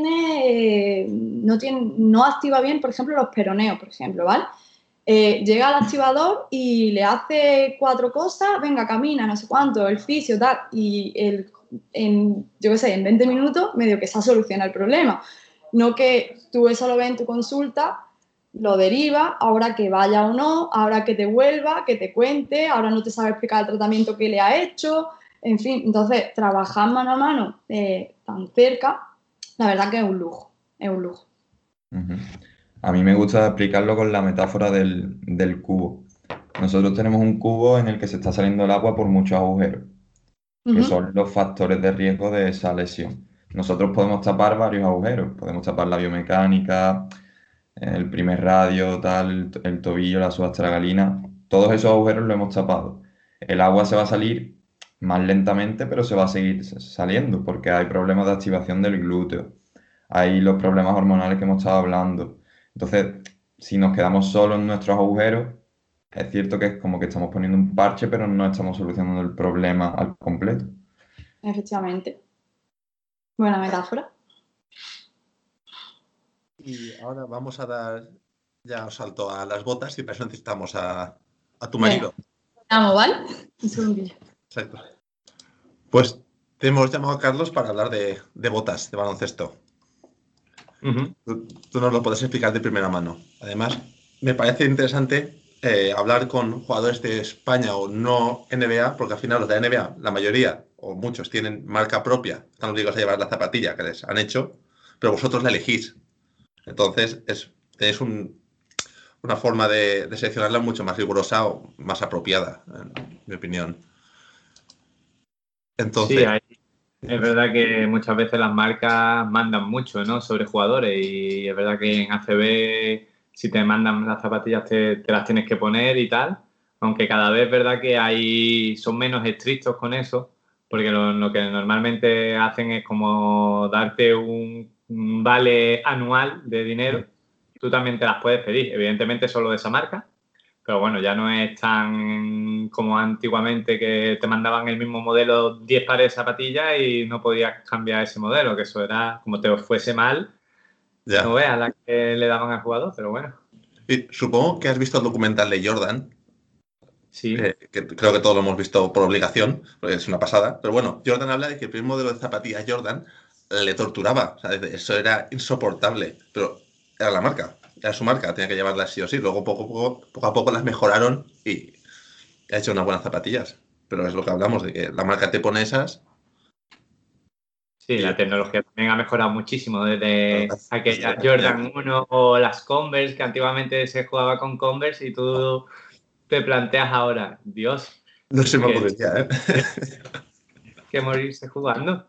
no activa bien, por ejemplo, los peroneos, por ejemplo, ¿vale? Llega al activador y le hace 4 cosas, venga, camina, no sé cuánto, el fisio, tal, y yo qué sé, en 20 minutos medio que se ha solucionado el problema. No que tú eso lo ves en tu consulta, lo deriva, ahora que vaya o no, ahora que te vuelva, que te cuente, ahora no te sabe explicar el tratamiento que le ha hecho, en fin, entonces trabajar mano a mano tan cerca, la verdad que es un lujo, es un lujo. Uh-huh. A mí me gusta explicarlo con la metáfora del cubo. Nosotros tenemos un cubo en el que se está saliendo el agua por muchos agujeros, que son los factores de riesgo de esa lesión. Nosotros podemos tapar varios agujeros, podemos tapar la biomecánica, el primer radio, tal, el tobillo, la subastragalina, todos esos agujeros lo hemos tapado. El agua se va a salir más lentamente, pero se va a seguir saliendo porque hay problemas de activación del glúteo, hay los problemas hormonales que hemos estado hablando. Entonces, si nos quedamos solos en nuestros agujeros, es cierto que es como que estamos poniendo un parche, pero no estamos solucionando el problema al completo. Efectivamente. Buena metáfora. Y ahora vamos a dar ya un salto a las botas y para eso necesitamos a tu marido. Vamos, ¿vale? Un segundillo. Exacto. Pues te hemos llamado a Carlos para hablar de botas, de baloncesto. Uh-huh. Tú nos lo puedes explicar de primera mano. Además, me parece interesante hablar con jugadores de España o no NBA, porque al final los de NBA, la mayoría o muchos tienen marca propia, están obligados a llevar la zapatilla que les han hecho, pero vosotros la elegís. Entonces, tenéis una forma de seleccionarla mucho más rigurosa o más apropiada, en mi opinión. Entonces, Sí, es verdad que muchas veces las marcas mandan mucho, ¿no?, sobre jugadores, y es verdad que en ACB si te mandan las zapatillas te las tienes que poner y tal, aunque cada vez es verdad que son menos estrictos con eso, porque lo que normalmente hacen es como darte un vale anual de dinero. Tú también te las puedes pedir, evidentemente solo de esa marca, pero bueno, ya no es tan como antiguamente que te mandaban el mismo modelo, 10 pares de zapatillas y no podías cambiar ese modelo, que eso era como te fuese mal, ya. no veas la que le daban al jugador, pero bueno. Y supongo que has visto el documental de Jordan. Sí. Que creo que todos lo hemos visto por obligación, porque es una pasada. Pero bueno, Jordan habla de que el primer modelo de zapatillas Jordan le torturaba. O sea, eso era insoportable. Pero era la marca, era su marca, tenía que llevarlas sí o sí. Luego poco a poco las mejoraron y ha hecho unas buenas zapatillas. Pero es lo que hablamos, de que la marca te pone esas. Sí, la tecnología también ha mejorado muchísimo desde Las- aquella Jordan 1 o las Converse, que antiguamente se jugaba con Converse y tú te planteas ahora, Dios, No se me que, ocurriría, ¿eh? que morirse jugando.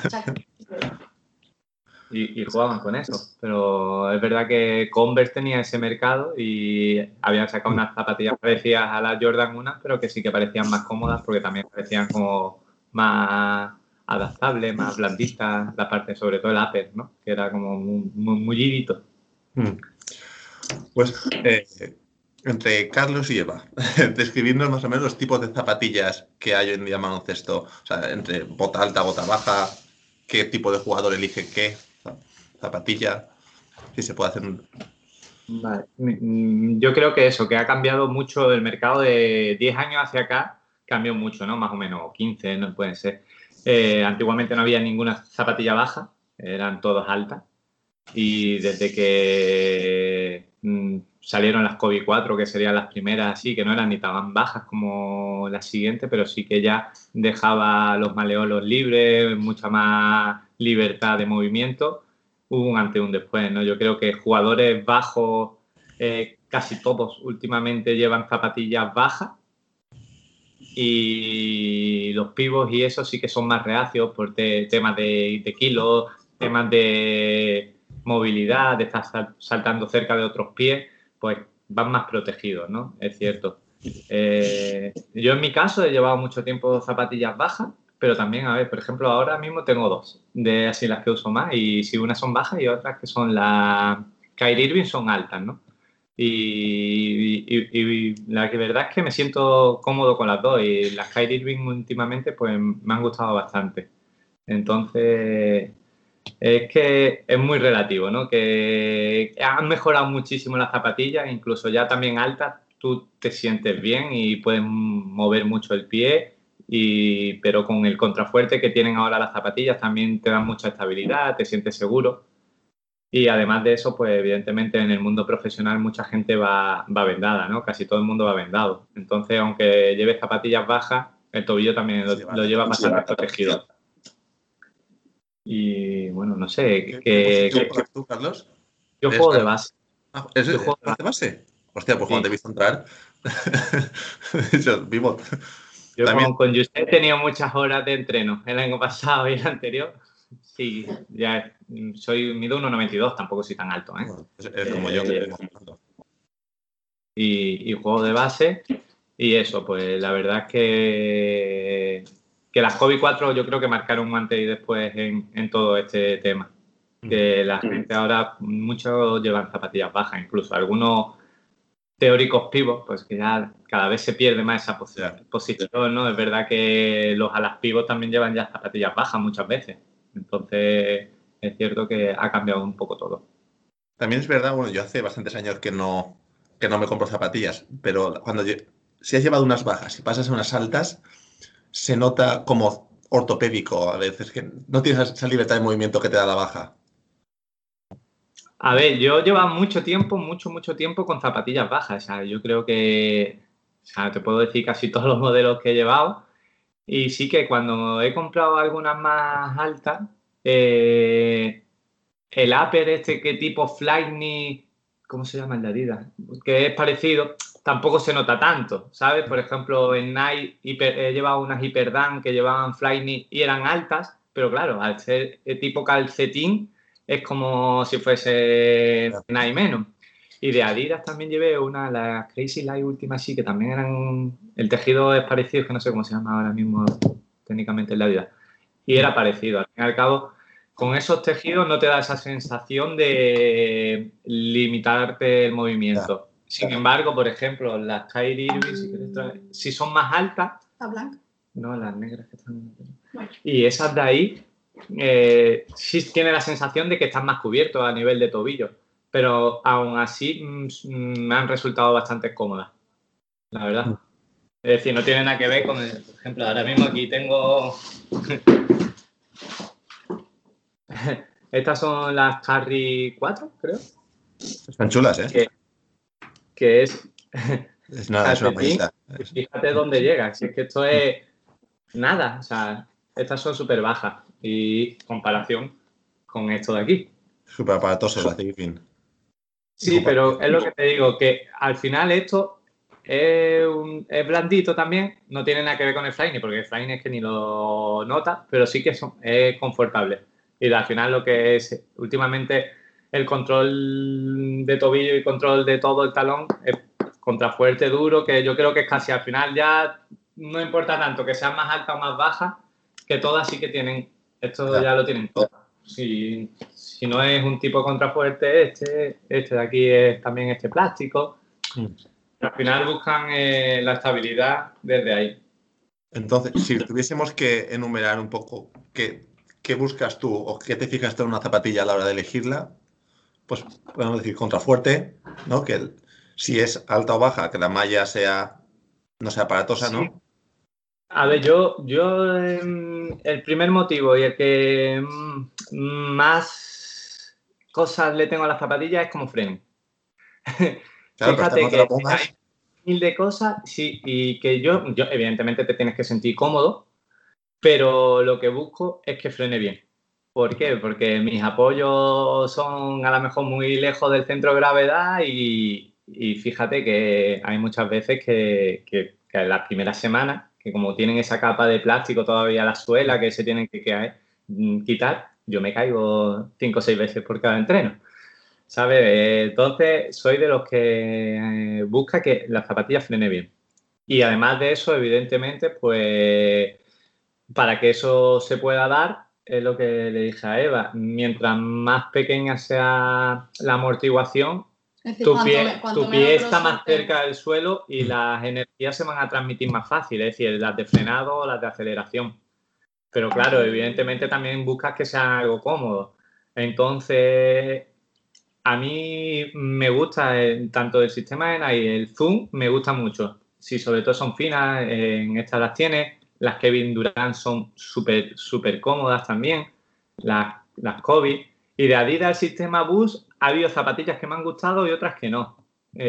Y jugaban con eso. Pero es verdad que Converse tenía ese mercado y habían sacado unas zapatillas parecidas a las Jordan 1, pero que sí que parecían más cómodas porque también parecían como más adaptables, más blanditas, la parte, sobre todo el upper, ¿no? Que era como muy livido. Pues entre Carlos y Eva, describirnos más o menos los tipos de zapatillas que hay hoy en día en baloncesto. O sea, entre bota alta, bota baja, qué tipo de jugador elige qué zapatilla, si se puede hacer un... Vale. Yo creo que eso, que ha cambiado mucho el mercado de 10 años hacia acá, cambió mucho, ¿no? Más o menos, 15, no pueden ser. Antiguamente no había ninguna zapatilla baja, eran todas altas. Y desde que salieron las Kobe 4, que serían las primeras así, que no eran ni tan bajas como las siguientes, pero sí que ya dejaba los maleolos libres, mucha más libertad de movimiento, hubo un antes y un después, ¿no? Yo creo que jugadores bajos, casi todos últimamente llevan zapatillas bajas y los pivos y eso sí que son más reacios por temas de kilos, temas de movilidad, de estar saltando cerca de otros pies, pues van más protegidos, ¿no? Es cierto. Yo en mi caso he llevado mucho tiempo zapatillas bajas, pero también, a ver, por ejemplo, ahora mismo tengo dos, de así las que uso más, y si unas son bajas y otras que son las Kyrie Irving son altas, ¿no? Y la verdad es que me siento cómodo con las dos y las Kyrie Irving últimamente pues me han gustado bastante. Entonces, es que es muy relativo, ¿no? Que han mejorado muchísimo las zapatillas, incluso ya también altas, tú te sientes bien y puedes mover mucho el pie, pero con el contrafuerte que tienen ahora las zapatillas también te dan mucha estabilidad, te sientes seguro. Y además de eso, pues evidentemente en el mundo profesional mucha gente va vendada, ¿no? Casi todo el mundo va vendado. Entonces, aunque lleves zapatillas bajas, el tobillo también lo lleva bastante protegido. Y bueno, no sé. ¿Qué juegas tú, Carlos? Yo juego de base. ¿Es Yo juego de base? Hostia, pues sí. cuando te he visto entrar, vivo. Yo También... con Josep he tenido muchas horas de entreno el año pasado y el anterior. Sí, ya mido 1,92, tampoco soy tan alto, ¿eh? Bueno, es como yo. Y juego de base. Y eso, pues la verdad es que las Kobe 4 yo creo que marcaron un antes y después en todo este tema. Que la gente ahora, muchos llevan zapatillas bajas, incluso algunos teóricos pivos, pues que ya cada vez se pierde más esa posición, ¿no? Es verdad que los alas pivos también llevan ya zapatillas bajas muchas veces. Entonces, es cierto que ha cambiado un poco todo. También es verdad, bueno, yo hace bastantes años que no me compro zapatillas, pero si has llevado unas bajas y pasas a unas altas, se nota como ortopédico a veces, que no tienes esa libertad de movimiento que te da la baja. A ver, yo llevo mucho tiempo con zapatillas bajas. O sea, yo creo que, o sea, te puedo decir casi todos los modelos que he llevado. Y sí que cuando he comprado algunas más altas, el upper este que tipo Flyknit, ¿cómo se llama el de Adidas? Que es parecido, tampoco se nota tanto, ¿sabes? Por ejemplo, en Nike he llevado unas Hyperdunk que llevaban Flyknit y eran altas, pero claro, al ser tipo calcetín es como si fuese Nike menos. Y de Adidas también llevé las Crazy Light últimas, sí, que también eran... El tejido es parecido, es que no sé cómo se llama ahora mismo técnicamente el de Adidas. Y era parecido. Al fin y al cabo, con esos tejidos no te da esa sensación de limitarte el movimiento. Sin embargo, por ejemplo, las Kyrie Irving, si son más altas... ¿La blanca? No, las negras que están... Bueno. Y esas de ahí sí tiene la sensación de que están más cubiertos a nivel de tobillo. Pero aún así me han resultado bastante cómodas, la verdad. Es decir, no tiene nada que ver con, por ejemplo, ahora mismo aquí tengo... Estas son las Carry 4, creo. Están chulas, ¿eh? Que es... Es nada, es una payasa. Fíjate dónde llega. Si es que esto es nada. O sea, estas son súper bajas. Y comparación con esto de aquí. Súper aparatoso el Activifin. Sí, pero es lo que te digo, que al final esto es blandito también. No tiene nada que ver con el Flyknit, porque el Flyknit es que ni lo notas, pero sí que es confortable. Y al final lo que es últimamente el control de tobillo y control de todo el talón es contrafuerte, duro, que yo creo que es casi al final ya no importa tanto que sean más altas o más bajas, que todas sí que tienen, esto ya lo tienen todas. Si no es un tipo contrafuerte este de aquí es también este plástico. Al final buscan la estabilidad desde ahí. Entonces, si tuviésemos que enumerar un poco qué buscas tú o qué te fijas tú en una zapatilla a la hora de elegirla, pues podemos decir contrafuerte, ¿no? Que si es alta o baja, que la malla no sea aparatosa, ¿no? Sí. A ver, yo el primer motivo y el que más cosas le tengo a las zapatillas es como freno. Claro, Fíjate que que hay mil de cosas, sí, y que yo evidentemente te tienes que sentir cómodo, pero lo que busco es que frene bien. ¿Por qué? Porque mis apoyos son a lo mejor muy lejos del centro de gravedad y fíjate que hay muchas veces que en las primeras semanas, que como tienen esa capa de plástico todavía la suela que se tienen que quitar, yo me caigo 5 o 6 veces por cada entreno. ¿Sabes? Entonces, soy de los que busca que la zapatilla frene bien. Y además de eso, evidentemente, pues para que eso se pueda dar, es lo que le dije a Eva, mientras más pequeña sea la amortiguación, Es decir, tu pie está más cerca del suelo y las energías se van a transmitir más fácil, es decir, las de frenado o las de aceleración. Pero claro, evidentemente también buscas que sea algo cómodo. Entonces, a mí me gusta tanto el sistema de Nike, el Zoom, me gusta mucho. Sí, sobre todo son finas, en estas las tienes. Las Kevin Durant son súper cómodas también. Las Kobe. Y de Adidas, el sistema Boost, ha habido zapatillas que me han gustado y otras que no.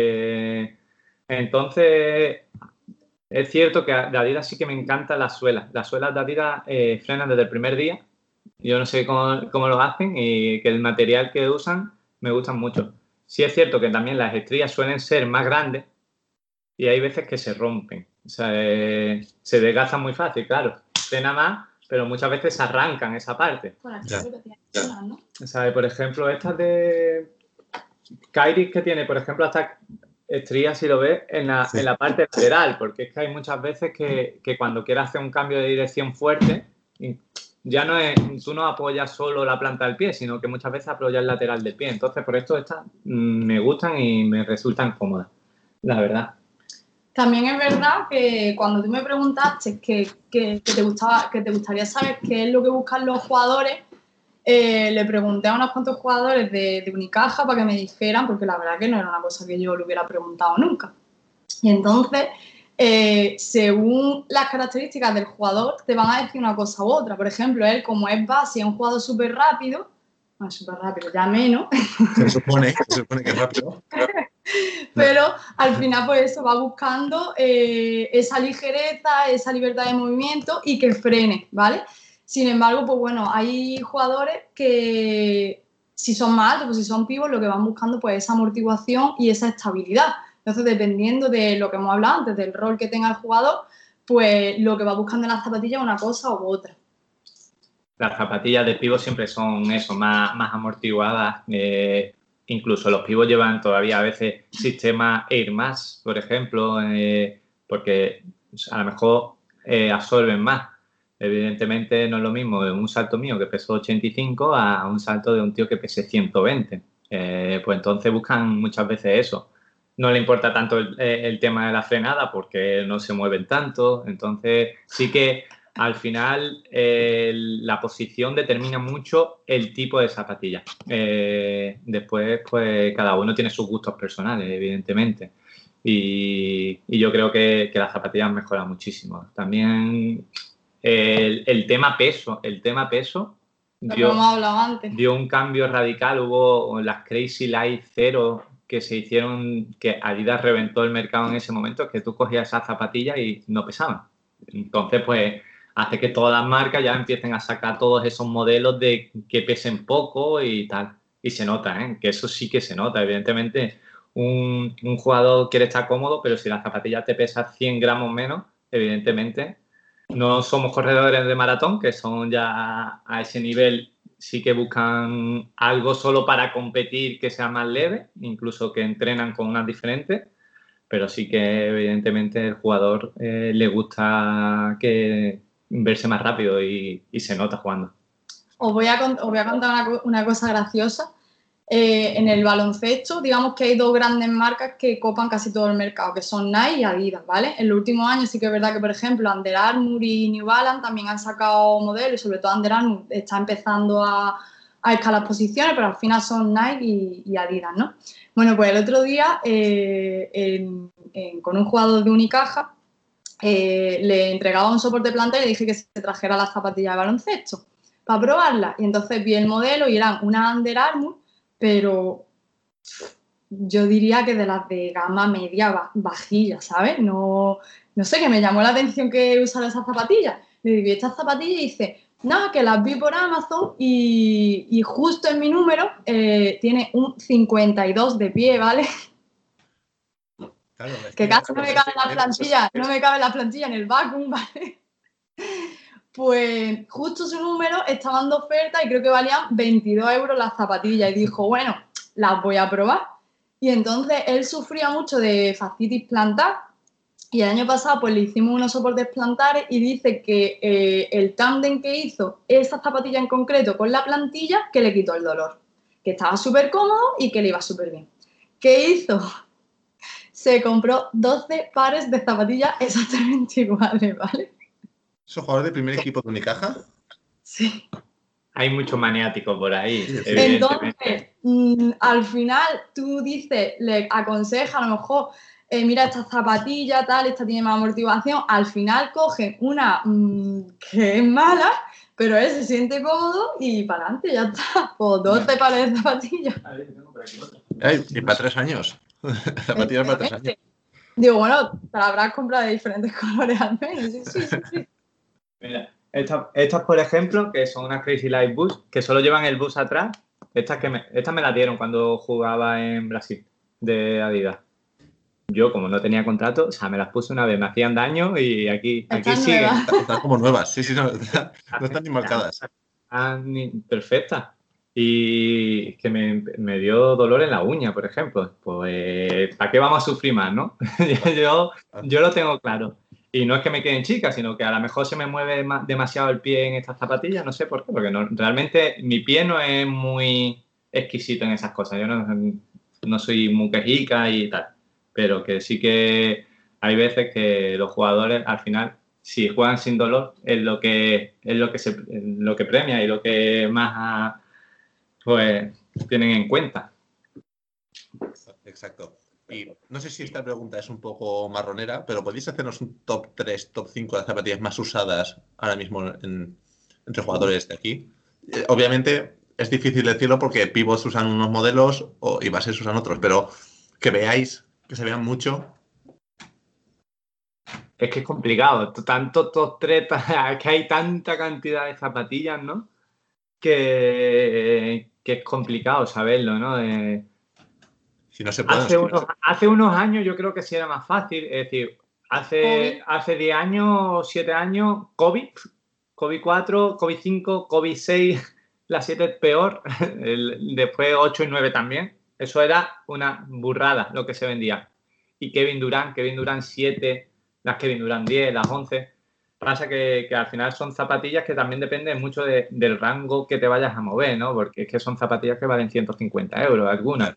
Entonces, es cierto que de Adidas sí que me encantan las suelas. Las suelas de Adidas frenan desde el primer día. Yo no sé cómo lo hacen y que el material que usan me gustan mucho. Sí es cierto que también las estrías suelen ser más grandes y hay veces que se rompen. O sea, se desgastan muy fácil, claro. Frena más, pero muchas veces se arrancan esa parte. ¿No? O sea, por ejemplo, estas de Kyrie que tiene, por ejemplo, hasta estrías, si lo ves, en la parte lateral, porque es que hay muchas veces que cuando quieres hacer un cambio de dirección fuerte, ya no es, tú no apoyas solo la planta del pie, sino que muchas veces apoyas el lateral del pie. Entonces, por esto estas me gustan y me resultan cómodas, la verdad. También es verdad que cuando tú me preguntaste que te gustaría saber qué es lo que buscan los jugadores, le pregunté a unos cuantos jugadores de Unicaja para que me dijeran, porque la verdad que no era una cosa que yo le hubiera preguntado nunca. Y entonces, según las características del jugador, te van a decir una cosa u otra. Por ejemplo, él, como es base, es un jugador súper rápido, bueno, súper rápido, ya menos. Se supone que es rápido. Pero al final, pues eso, va buscando esa ligereza, esa libertad de movimiento y que frene, ¿vale? Sin embargo, pues bueno, hay jugadores que si son más altos, pues si son pivos, lo que van buscando pues esa amortiguación y esa estabilidad. Entonces, dependiendo de lo que hemos hablado antes, del rol que tenga el jugador, pues lo que va buscando en las zapatillas es una cosa u otra. Las zapatillas de pivot siempre son eso, más amortiguadas. Incluso los pivots llevan todavía a veces sistemas Air Max, por ejemplo, porque a lo mejor absorben más. Evidentemente no es lo mismo de un salto mío que pesó 85 a un salto de un tío que pese 120. Pues entonces buscan muchas veces eso. No le importa tanto el tema de la frenada porque no se mueven tanto. Entonces sí que al final la posición determina mucho el tipo de zapatilla. Después, pues cada uno tiene sus gustos personales, evidentemente. y yo creo que las zapatillas mejoran muchísimo. También el tema peso Lo que hemos hablado antes. dio un cambio radical. Hubo las Crazy Light Zero que se hicieron, que Adidas reventó el mercado en ese momento, que tú cogías esas zapatillas y no pesaban. Entonces, pues, hace que todas las marcas ya empiecen a sacar todos esos modelos de que pesen poco y tal. Y se nota, ¿eh? Que eso sí que se nota. Evidentemente, un jugador quiere estar cómodo, pero si la zapatilla te pesa 100 gramos menos, evidentemente, no somos corredores de maratón, que son ya a ese nivel, sí que buscan algo solo para competir que sea más leve, incluso que entrenan con unas diferentes, pero sí que evidentemente el jugador le gusta verse más rápido y se nota jugando. Os voy a contar una cosa graciosa. En el baloncesto, digamos que hay dos grandes marcas que copan casi todo el mercado, que son Nike y Adidas, ¿vale? En los últimos años sí que es verdad que, por ejemplo, Under Armour y New Balance también han sacado modelos, y sobre todo Under Armour está empezando a escalar posiciones, pero al final son Nike y Adidas, ¿no? Bueno, pues el otro día con un jugador de Unicaja le entregaba un soporte plantar y le dije que se trajera las zapatillas de baloncesto para probarlas, y entonces vi el modelo y eran una Under Armour, pero yo diría que de las de gama media bajilla, ¿sabes? No sé, que me llamó la atención que usaran esas zapatillas. Le digo, ¿y estas zapatillas? Y dice, no, que las vi por Amazon y justo en mi número tiene un 52 de pie, ¿vale? Claro, que casi no me cabe la plantilla, no me cabe la plantilla en el vacuum, ¿vale? Pues justo su número estaba dando oferta y creo que valían 22 euros las zapatillas. Y dijo, bueno, las voy a probar. Y entonces él sufría mucho de fascitis plantar. Y el año pasado pues le hicimos unos soportes plantares y dice que el tándem que hizo esa zapatilla en concreto con la plantilla, que le quitó el dolor. Que estaba súper cómodo y que le iba súper bien. ¿Qué hizo? Se compró 12 pares de zapatillas exactamente iguales, ¿vale? ¿Sos jugador de primer equipo de Unicaja? Sí. Hay muchos maniáticos por ahí, Sí. evidentemente. Entonces, al final tú dices, le aconseja a lo mejor, mira, esta zapatilla, tal, esta tiene más amortiguación. Al final cogen una que es mala, pero él se siente cómodo y para adelante, ya está. Pues 12 pares de zapatillas. Y para 3 años. Zapatillas para 3 años. Digo, bueno, te la habrás comprado de diferentes colores al menos. Sí. Mira, estas, por ejemplo, que son unas Crazy Light Boost, que solo llevan el bus atrás. Estas me las dieron cuando jugaba en Brasil, de Adidas. Yo, como no tenía contrato, o sea, me las puse una vez, me hacían daño y aquí siguen. Están como nuevas, sí, no están ni marcadas. Perfectas. Y que me dio dolor en la uña, por ejemplo. Pues, ¿para qué vamos a sufrir más, no? yo lo tengo claro. Y no es que me queden chicas, sino que a lo mejor se me mueve demasiado el pie en estas zapatillas, no sé por qué, porque realmente mi pie no es muy exquisito en esas cosas. Yo no soy muy quejica y tal, pero que sí que hay veces que los jugadores al final, si juegan sin dolor, es lo que premia y lo que más pues tienen en cuenta. Exacto. Y no sé si esta pregunta es un poco marronera, pero ¿podéis hacernos un top 3, top 5 de las zapatillas más usadas ahora mismo entre jugadores de aquí? Obviamente es difícil decirlo porque pivots usan unos modelos y bases usan otros, pero que veáis, que se vean mucho. Es que es complicado, tanto top 3, que hay tanta cantidad de zapatillas, ¿no? Que es complicado saberlo, ¿no? Si no se puede, hace unos años yo creo que sí era más fácil, es decir, hace 10 años, 7 años, COVID 4, COVID 5, COVID 6, la 7 es peor, después 8 y 9 también. Eso era una burrada lo que se vendía. Y Kevin Durant 7, las Kevin Durant 10, las 11. Pasa que al final son zapatillas que también dependen mucho del rango que te vayas a mover, ¿no? Porque es que son zapatillas que valen 150 euros algunas.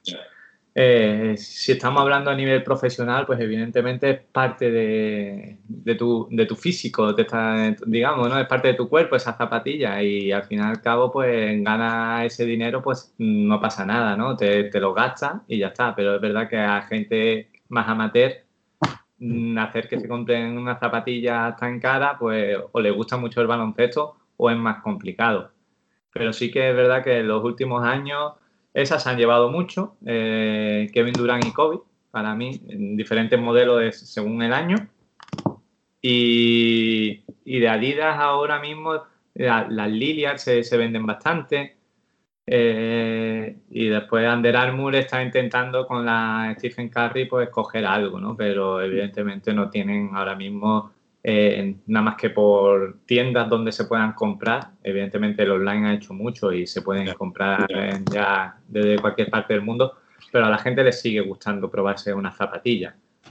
Si estamos hablando a nivel profesional, pues evidentemente es parte de tu físico, digamos, ¿no? Es parte de tu cuerpo esa zapatilla y al fin y al cabo, pues ganas ese dinero, pues no pasa nada, ¿no? Te lo gastas y ya está. Pero es verdad que a gente más amateur, hacer que se compren unas zapatillas tan caras, pues o les gusta mucho el baloncesto o es más complicado. Pero sí que es verdad que en los últimos años esas se han llevado mucho, Kevin Durant y Kobe, para mí, en diferentes modelos según el año. Y de Adidas ahora mismo las Lillard se venden bastante. Y después Under Armour está intentando con la Stephen Curry pues coger algo, ¿no? Pero evidentemente no tienen ahora mismo nada más que por tiendas donde se puedan comprar. Evidentemente el online ha hecho mucho y se pueden comprar ya desde cualquier parte del mundo, pero a la gente le sigue gustando probarse una zapatilla.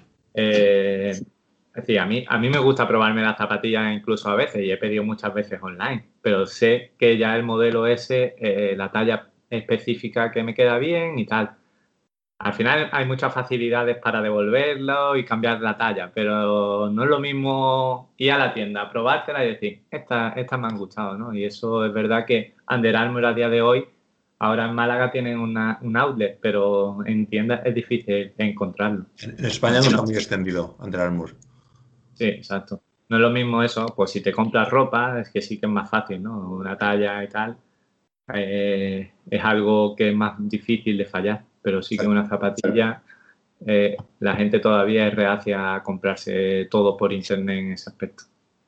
Es decir, a mí me gusta probarme las zapatillas incluso a veces y he pedido muchas veces online, pero sé que ya el modelo ese, la talla específica que me queda bien y tal. Al final hay muchas facilidades para devolverlo y cambiar la talla, pero no es lo mismo ir a la tienda, probártela y decir, estas me han gustado, ¿no? Y eso es verdad que Under Armour a día de hoy, ahora en Málaga tienen un outlet, pero en tiendas es difícil encontrarlo. En España no está muy extendido Under Armour. Sí, exacto. No es lo mismo eso, pues si te compras ropa, es que sí que es más fácil, ¿no? Una talla y tal, es algo que es más difícil de fallar, pero sí que una zapatilla, la gente todavía es reacia a comprarse todo por internet en ese aspecto.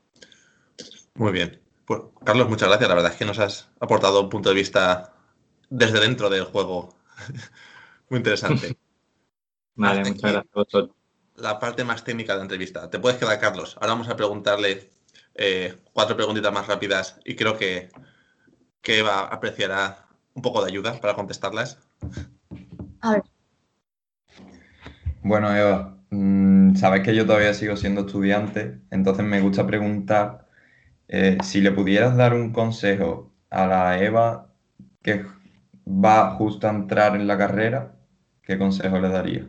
Muy bien. Pues, Carlos, muchas gracias. La verdad es que nos has aportado un punto de vista desde dentro del juego muy interesante. Vale, muchas gracias a vosotros. La parte más técnica de la entrevista. Te puedes quedar, Carlos. Ahora vamos a preguntarle 4 preguntitas más rápidas y creo que Eva apreciará un poco de ayuda para contestarlas. A ver. Bueno, Eva, sabes que yo todavía sigo siendo estudiante, entonces me gusta preguntar si le pudieras dar un consejo a la Eva que va justo a entrar en la carrera, ¿qué consejo le daría?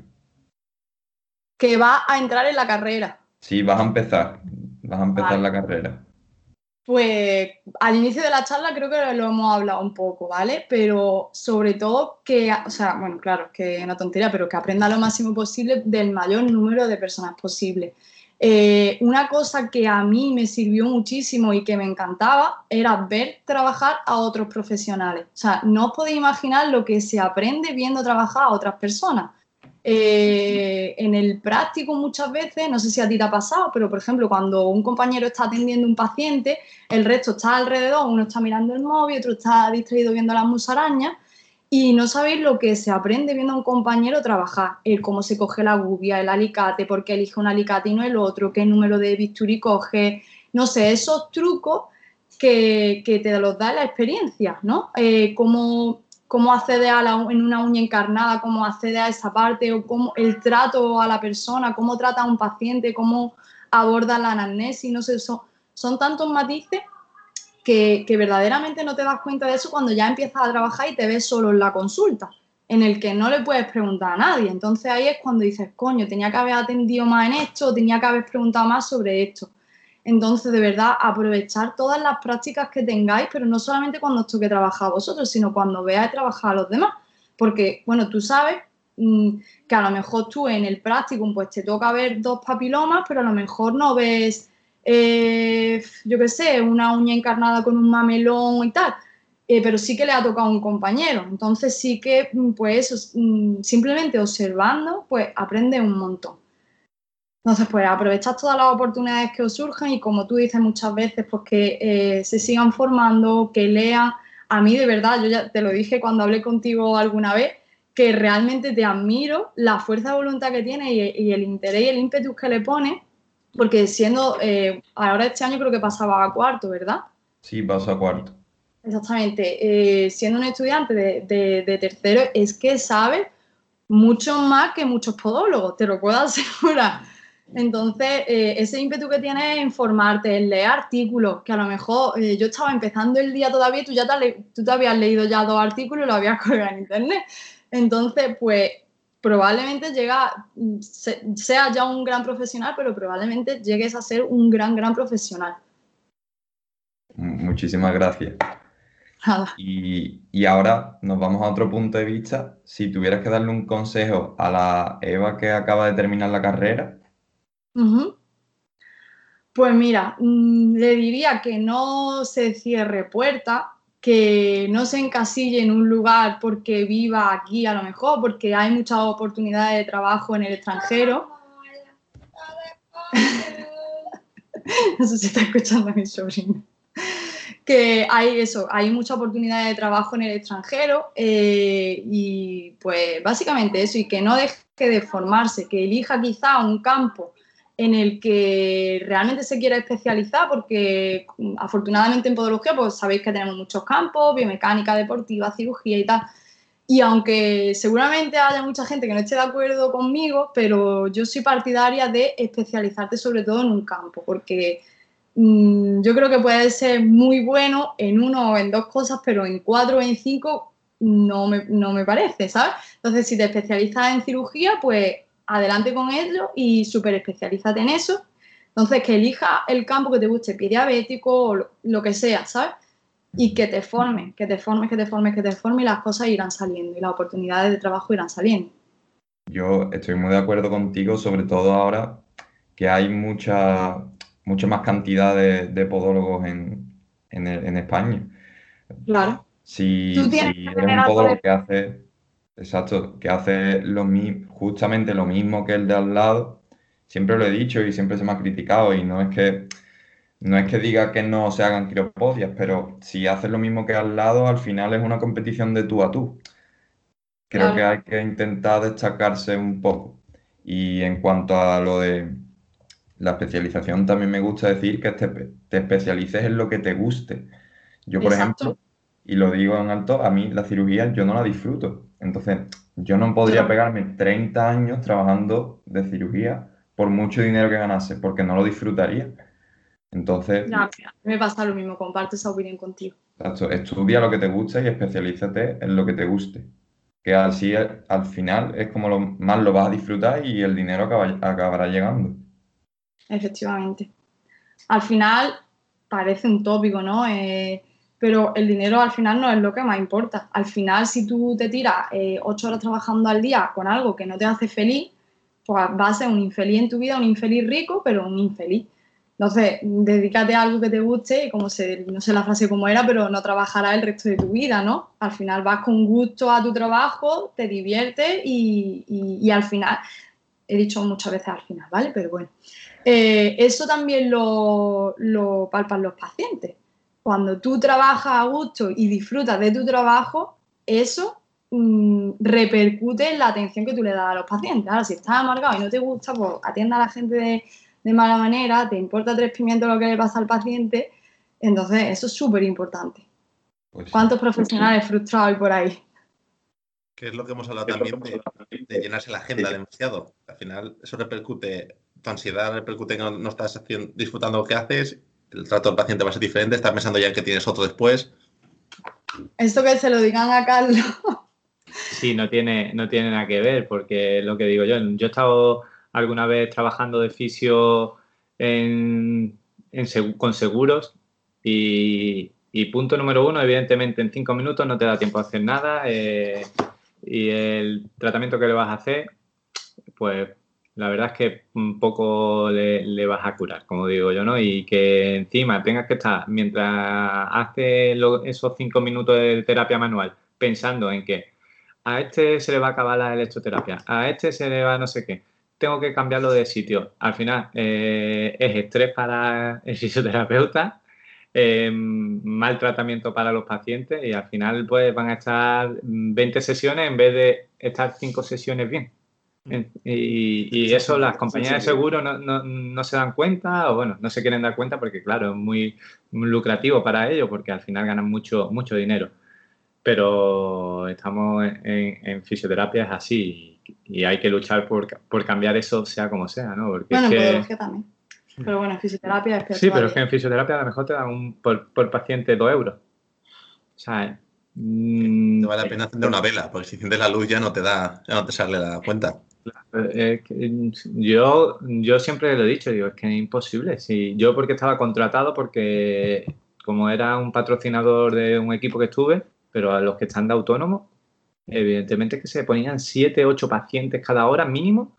Que va a entrar en la carrera. Sí, vas a empezar Vale. la carrera. Pues al inicio de la charla creo que lo hemos hablado un poco, ¿vale? Pero sobre todo que, o sea, bueno, claro, es que es una tontería, pero que aprenda lo máximo posible del mayor número de personas posible. Una cosa que a mí me sirvió muchísimo y que me encantaba era ver trabajar a otros profesionales. O sea, no os podéis imaginar lo que se aprende viendo trabajar a otras personas. En el práctico muchas veces, no sé si a ti te ha pasado, pero por ejemplo cuando un compañero está atendiendo a un paciente, el resto está alrededor, uno está mirando el móvil, otro está distraído viendo las musarañas y no sabéis lo que se aprende viendo a un compañero trabajar, el cómo se coge la gubia, el alicate, por qué elige un alicate y no el otro, qué número de bisturí coge, no sé, esos trucos que te los da la experiencia, ¿no? Cómo accede en una uña encarnada, cómo accede a esa parte, o cómo el trato a la persona, cómo trata a un paciente, cómo aborda la anamnesis, no sé, son tantos matices que verdaderamente no te das cuenta de eso cuando ya empiezas a trabajar y te ves solo en la consulta, en el que no le puedes preguntar a nadie. Entonces ahí es cuando dices, coño, tenía que haber atendido más en esto, tenía que haber preguntado más sobre esto. Entonces, de verdad, aprovechar todas las prácticas que tengáis, pero no solamente cuando os toque trabajar a vosotros, sino cuando veáis trabajar a los demás. Porque, bueno, tú sabes que a lo mejor tú en el practicum pues te toca ver 2 papilomas, pero a lo mejor no ves, yo qué sé, una uña encarnada con un mamelón y tal. Pero sí que le ha tocado a un compañero. Entonces sí que, pues eso, simplemente observando, pues aprendes un montón. Entonces, pues aprovechad todas las oportunidades que os surjan y como tú dices muchas veces, pues que se sigan formando, que lean. A mí, de verdad, yo ya te lo dije cuando hablé contigo alguna vez, que realmente te admiro la fuerza de voluntad que tienes y el interés y el ímpetu que le pones, porque siendo, ahora este año creo que pasaba a cuarto, ¿verdad? Sí, paso a cuarto. Exactamente. Siendo un estudiante de tercero, es que sabes mucho más que muchos podólogos, te lo puedo asegurar. Entonces, ese ímpetu que tienes es informarte, en leer artículos, que a lo mejor yo estaba empezando el día todavía y tú te habías leído ya 2 artículos y lo habías colgado en internet. Entonces, pues probablemente seas ya un gran profesional, pero probablemente llegues a ser un gran profesional. Muchísimas gracias. Nada. Y ahora nos vamos a otro punto de vista. Si tuvieras que darle un consejo a la Eva que acaba de terminar la carrera, Ujú. Pues mira, le diría que no se cierre puerta, que no se encasille en un lugar porque viva aquí a lo mejor, porque hay muchas oportunidades de trabajo en el extranjero. No sé si está escuchando a mi sobrino. Que hay eso, hay muchas oportunidades de trabajo en el extranjero y pues básicamente eso, y que no deje de formarse, que elija quizá un campo en el que realmente se quiera especializar, porque afortunadamente en podología pues sabéis que tenemos muchos campos, biomecánica deportiva, cirugía y tal. Y aunque seguramente haya mucha gente que no esté de acuerdo conmigo, pero yo soy partidaria de especializarte sobre todo en un campo, porque yo creo que puede ser muy bueno en uno o en dos cosas, pero en cuatro o en cinco no me parece, ¿sabes? Entonces, si te especializas en cirugía, pues adelante con ello y súper especialízate en eso. Entonces, que elija el campo que te guste, pie diabético o lo que sea, ¿sabes? Y que te formes, que te formes, que te formes, que te formes y las cosas irán saliendo y las oportunidades de trabajo irán saliendo. yo estoy muy de acuerdo contigo, sobre todo ahora que hay mucha más cantidad de podólogos en España. Claro. Tú tienes Si que eres tener un algo podólogo de... que hace, exacto, que hace justamente lo mismo que el de al lado, siempre lo he dicho y siempre se me ha criticado y no es que diga que no se hagan quiropodias, pero si haces lo mismo que al lado, al final es una competición de tú a tú. Creo que Claro, hay que intentar destacarse un poco. Y en cuanto a lo de la especialización, también me gusta decir que te especialices en lo que te guste. Yo, por exacto. ejemplo, y lo digo en alto, a mí la cirugía yo no la disfruto. Entonces, yo no Yo podría tampoco. pegarme 30 años trabajando de cirugía por mucho dinero que ganase, porque no lo disfrutaría. Entonces, Ya, mira, me pasa lo mismo, comparto esa opinión contigo. exacto, estudia lo que te guste y especialízate en lo que te guste. Que así al final es como más lo vas a disfrutar y el dinero acabará llegando. Efectivamente. Al final parece un tópico, ¿no? Pero el dinero al final no es lo que más importa. Al final, si tú te tiras 8 horas trabajando al día con algo que no te hace feliz, pues vas a ser un infeliz en tu vida, un infeliz rico, pero un infeliz. Entonces, dedícate a algo que te guste y no sé la frase cómo era, pero no trabajarás el resto de tu vida, ¿no? Al final vas con gusto a tu trabajo, te diviertes y al final, he dicho muchas veces al final, ¿vale? Pero bueno. Eso también lo palpan los pacientes. Cuando tú trabajas a gusto y disfrutas de tu trabajo, eso repercute en la atención que tú le das a los pacientes. Ahora, si estás amargado y no te gusta, pues atienda a la gente de mala manera, te importa 3 pimientos lo que le pasa al paciente, entonces eso es súper importante. Pues sí. ¿Cuántos profesionales frustrados hay por ahí? Que es lo que hemos hablado también de llenarse la agenda demasiado. Al final, eso repercute, tu ansiedad repercute en que no estás disfrutando lo que haces, el trato del paciente va a ser diferente, estás pensando ya en que tienes otro después. Esto que se lo digan a Carlos. Sí, no tiene nada que ver, porque lo que digo yo he estado alguna vez trabajando de fisio con seguros y punto número uno, evidentemente en 5 minutos no te da tiempo a hacer nada y el tratamiento que le vas a hacer, pues la verdad es que un poco le vas a curar, como digo yo, ¿no? Y que encima tengas que estar, mientras haces esos 5 minutos de terapia manual, pensando en que a este se le va a acabar la electroterapia, a este se le va no sé qué, tengo que cambiarlo de sitio. Al final es estrés para el fisioterapeuta, mal tratamiento para los pacientes y al final pues van a estar 20 sesiones en vez de estar 5 sesiones bien. Y eso las compañías de seguro no se dan cuenta o bueno, no se quieren dar cuenta porque claro, es muy lucrativo para ellos porque al final ganan mucho dinero. Pero estamos en fisioterapia, es así y hay que luchar por cambiar eso sea como sea, ¿no? Porque es Bueno, en que... podología también. Pero bueno, en fisioterapia es peor Sí, pero es todavía. que en fisioterapia a lo mejor te dan por paciente 2 euros. ¿Sabes? Te vale la pena encender una vela, porque si enciendes la luz ya no te sale la cuenta. Yo siempre lo he dicho, digo, es que es imposible. Sí, yo porque estaba contratado, porque como era un patrocinador de un equipo que estuve, pero a los que están de autónomos, evidentemente que se ponían 7, 8 pacientes cada hora mínimo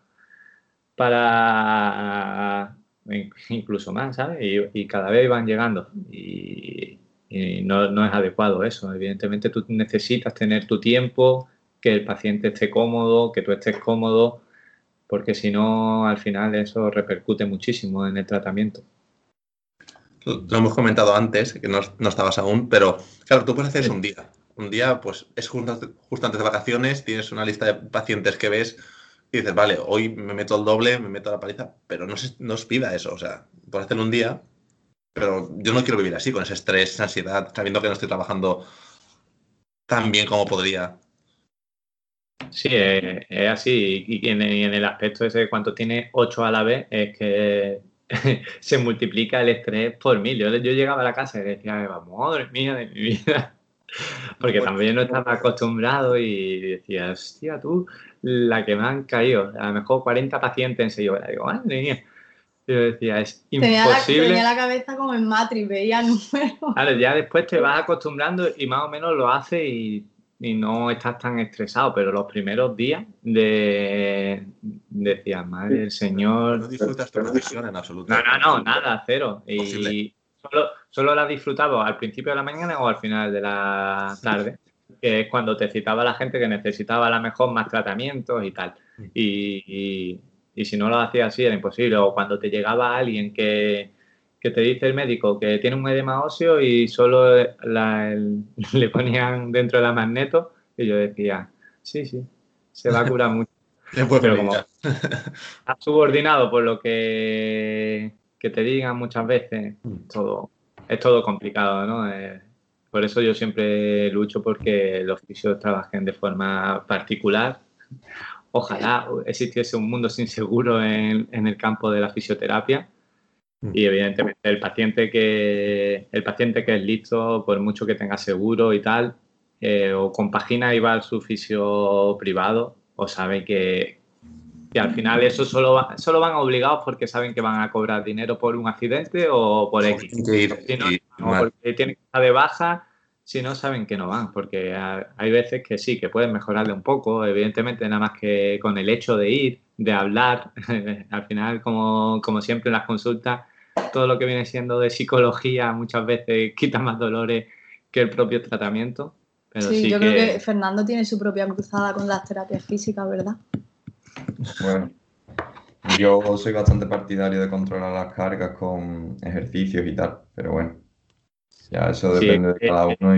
para incluso más, ¿sabes? Y cada vez van llegando y no es adecuado eso. Evidentemente tú necesitas tener tu tiempo, que el paciente esté cómodo, que tú estés cómodo, porque si no, al final eso repercute muchísimo en el tratamiento. Lo hemos comentado antes, que no estabas aún, pero claro, tú puedes hacer un día. Un día, pues, es justo antes de vacaciones, tienes una lista de pacientes que ves y dices, vale, hoy me meto el doble, me meto la paliza, pero no os pida eso. O sea, puedes hacerlo un día, pero yo no quiero vivir así, con ese estrés, esa ansiedad, sabiendo que no estoy trabajando tan bien como podría. Sí, es así. Y en el aspecto ese de cuánto tiene 8 a la vez, es que se multiplica el estrés por 1000. Yo llegaba a la casa y decía, madre mía de mi vida. Porque también no estaba acostumbrado y decía, hostia, tú, la que me han caído. A lo mejor 40 pacientes en 6 horas. Digo, madre mía. Yo decía, es imposible. Tenía la cabeza como en Matrix, veía números. Claro, ya después te vas acostumbrando y más o menos lo haces y no estás tan estresado, pero los primeros días decías, madre del Señor. No disfrutas tu profesión en absoluto. No, nada, cero. Y solo la disfrutaba al principio de la mañana o al final de la tarde, que es cuando te citaba la gente que necesitaba a lo mejor más tratamientos y tal. Y si no lo hacía así era imposible. O cuando te llegaba alguien que te dice el médico que tiene un edema óseo y solo le ponían dentro de la magneto, y yo decía, sí, se va a curar mucho. Pero como estás subordinado por lo que te digan muchas veces, es todo complicado, ¿no? Por eso yo siempre lucho porque los fisios trabajen de forma particular. Ojalá existiese un mundo sin seguro en el campo de la fisioterapia. Y evidentemente el paciente que es listo, por mucho que tenga seguro y tal, o compagina y va al su fisio privado, o sabe que al final eso solo van obligados porque saben que van a cobrar dinero por un accidente o por X. O porque tienen que estar de baja, si no saben que no van, porque hay veces que sí, que pueden mejorarle un poco, evidentemente nada más que con el hecho de ir, de hablar, al final como siempre en las consultas, todo lo que viene siendo de psicología muchas veces quita más dolores que el propio tratamiento. Pero sí, yo creo que Fernando tiene su propia cruzada con las terapias físicas, ¿verdad? Bueno, yo soy bastante partidario de controlar las cargas con ejercicios y tal, pero bueno, ya eso depende de cada uno.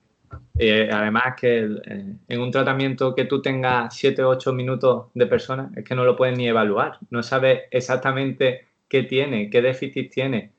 Además que en un tratamiento que tú tengas 7 o 8 minutos de persona, es que no lo puedes ni evaluar, no sabes exactamente qué tiene, qué déficit tiene.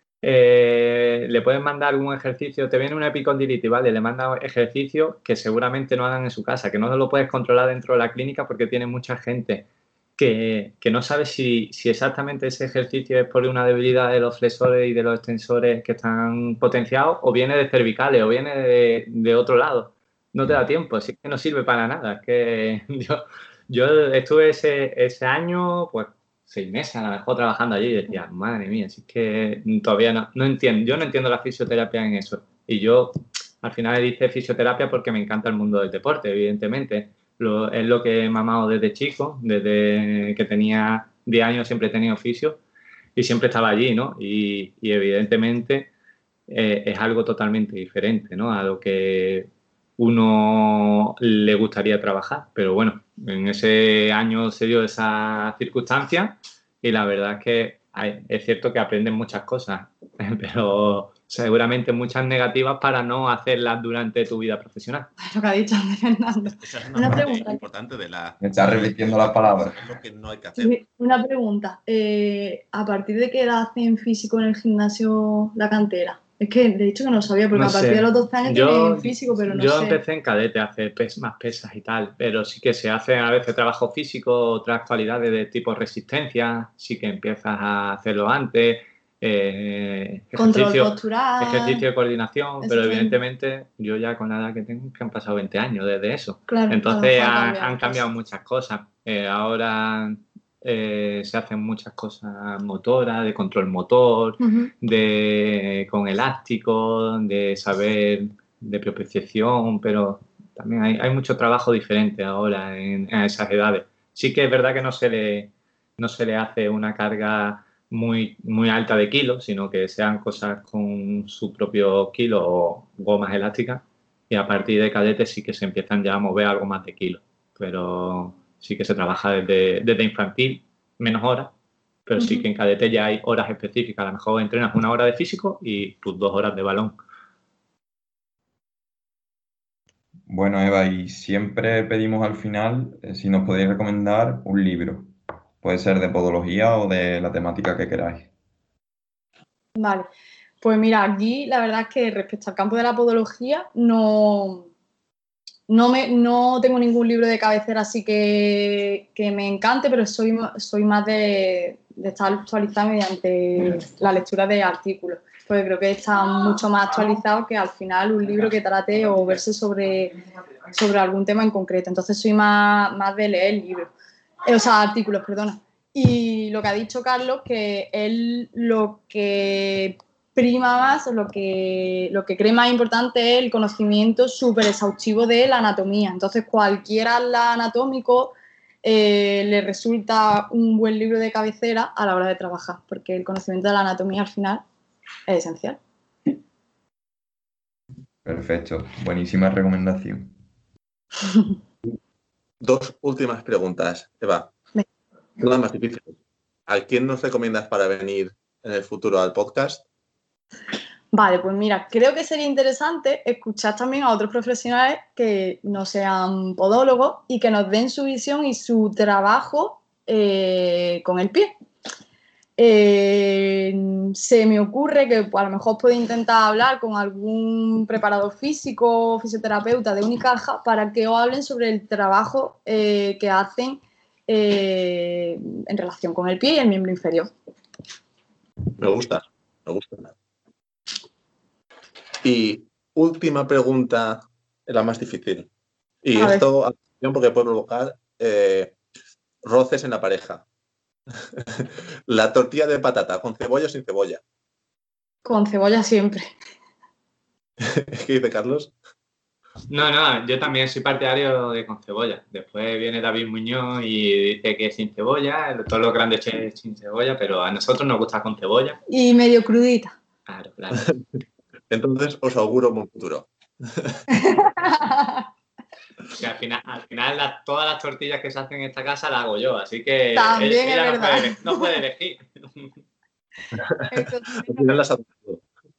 Le puedes mandar un ejercicio, te viene una epicondilitis, ¿vale? Le mandas ejercicio que seguramente no hagan en su casa, que no lo puedes controlar dentro de la clínica porque tiene mucha gente que no sabe si exactamente ese ejercicio es por una debilidad de los flexores y de los extensores que están potenciados o viene de cervicales o viene de otro lado. No te da tiempo, así que no sirve para nada. Es que yo estuve ese año, pues 6 meses a lo mejor trabajando allí y decía, madre mía, si es que todavía no entiendo, yo no entiendo la fisioterapia en eso. Y yo al final hice fisioterapia porque me encanta el mundo del deporte, evidentemente. Es lo que he mamado desde chico, desde que tenía 10 años siempre he tenido fisio y siempre estaba allí, ¿no? Y evidentemente es algo totalmente diferente, ¿no? A lo que uno le gustaría trabajar. Pero bueno, en ese año se dio esa circunstancia y la verdad es que es cierto que aprendes muchas cosas, pero seguramente muchas negativas para no hacerlas durante tu vida profesional. Lo que ha dicho Andrés Fernando. Esa es una pregunta importante de la... Me está repitiendo las palabras. Es lo que no hay que hacer. Una pregunta. ¿A partir de qué edad hacen físico en el gimnasio la cantera? Es que de hecho que no lo sabía, porque No a partir sé. de los 12 años tienen físico, pero no sé. Yo empecé en cadete a hacer más pesas y tal, pero sí que se hace a veces trabajo físico, otras cualidades de tipo resistencia, sí que empiezas a hacerlo antes, Control postural, ejercicio de coordinación, pero evidentemente yo ya con la edad que tengo, que han pasado 20 años desde eso. Claro, entonces han cambiado muchas cosas. Ahora se hacen muchas cosas motoras, de control motor, con elástico, de saber de propiocepción, pero también hay mucho trabajo diferente ahora a esas edades. Sí que es verdad que no se le hace una carga muy, muy alta de kilos, sino que sean cosas con su propio kilo o gomas elásticas, y a partir de cadete sí que se empiezan ya a mover algo más de kilos, pero sí que se trabaja desde infantil, menos horas, pero sí que en cadete ya hay horas específicas. A lo mejor entrenas 1 hora de físico y tus 2 horas de balón. Bueno, Eva, y siempre pedimos al final si nos podéis recomendar un libro. Puede ser de podología o de la temática que queráis. Vale, pues mira, aquí la verdad es que respecto al campo de la podología no tengo ningún libro de cabecera así que me encante, pero soy más de estar actualizada mediante la lectura de artículos, porque creo que está mucho más actualizado que al final un libro que trate o verse sobre algún tema en concreto. Entonces soy más de leer libros, artículos, perdona. Y lo que ha dicho Carlos, que él lo que prima más, lo que cree más importante es el conocimiento súper exhaustivo de la anatomía. Entonces, cualquier atlas anatómico le resulta un buen libro de cabecera a la hora de trabajar, porque el conocimiento de la anatomía al final es esencial. Perfecto, buenísima recomendación. 2 últimas preguntas, Eva. Una más difícil. ¿A quién nos recomiendas para venir en el futuro al podcast? Vale, pues mira, creo que sería interesante escuchar también a otros profesionales que no sean podólogos y que nos den su visión y su trabajo con el pie. Se me ocurre que a lo mejor puedo intentar hablar con algún preparador físico o fisioterapeuta de Unicaja para que os hablen sobre el trabajo que hacen en relación con el pie y el miembro inferior. Me gusta. Y última pregunta, la más difícil. Y esto, atención, porque puede provocar roces en la pareja. La tortilla de patata, ¿con cebolla o sin cebolla? Con cebolla siempre. ¿Qué dice Carlos? No, yo también soy partidario de con cebolla. Después viene David Muñoz y dice que es sin cebolla, todos los grandes chefs sin cebolla, pero a nosotros nos gusta con cebolla. Y medio crudita. Claro. Entonces os auguro un buen futuro. Que al final todas las tortillas que se hacen en esta casa las hago yo, así que también ella no puede elegir. Al final las hago todo.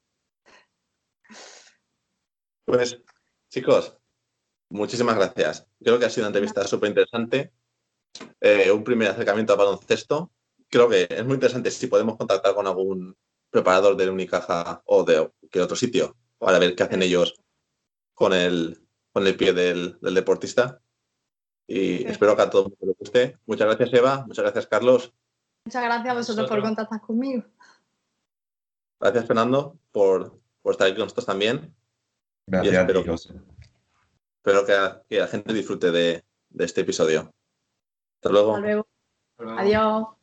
Pues, chicos, muchísimas gracias. Creo que ha sido una entrevista súper interesante. Un primer acercamiento al baloncesto. Creo que es muy interesante si podemos contactar con algún preparador de Unicaja o de cualquier otro sitio para ver qué hacen ellos con el pie del deportista. Y espero que a todo el mundo les guste. Muchas gracias, Eva. Muchas gracias, Carlos. Muchas gracias a vosotros por contactar conmigo. Gracias, Fernando, por estar aquí con nosotros también. Gracias a ti, José. Espero que la gente disfrute de este episodio. Hasta luego. Hasta luego. Adiós.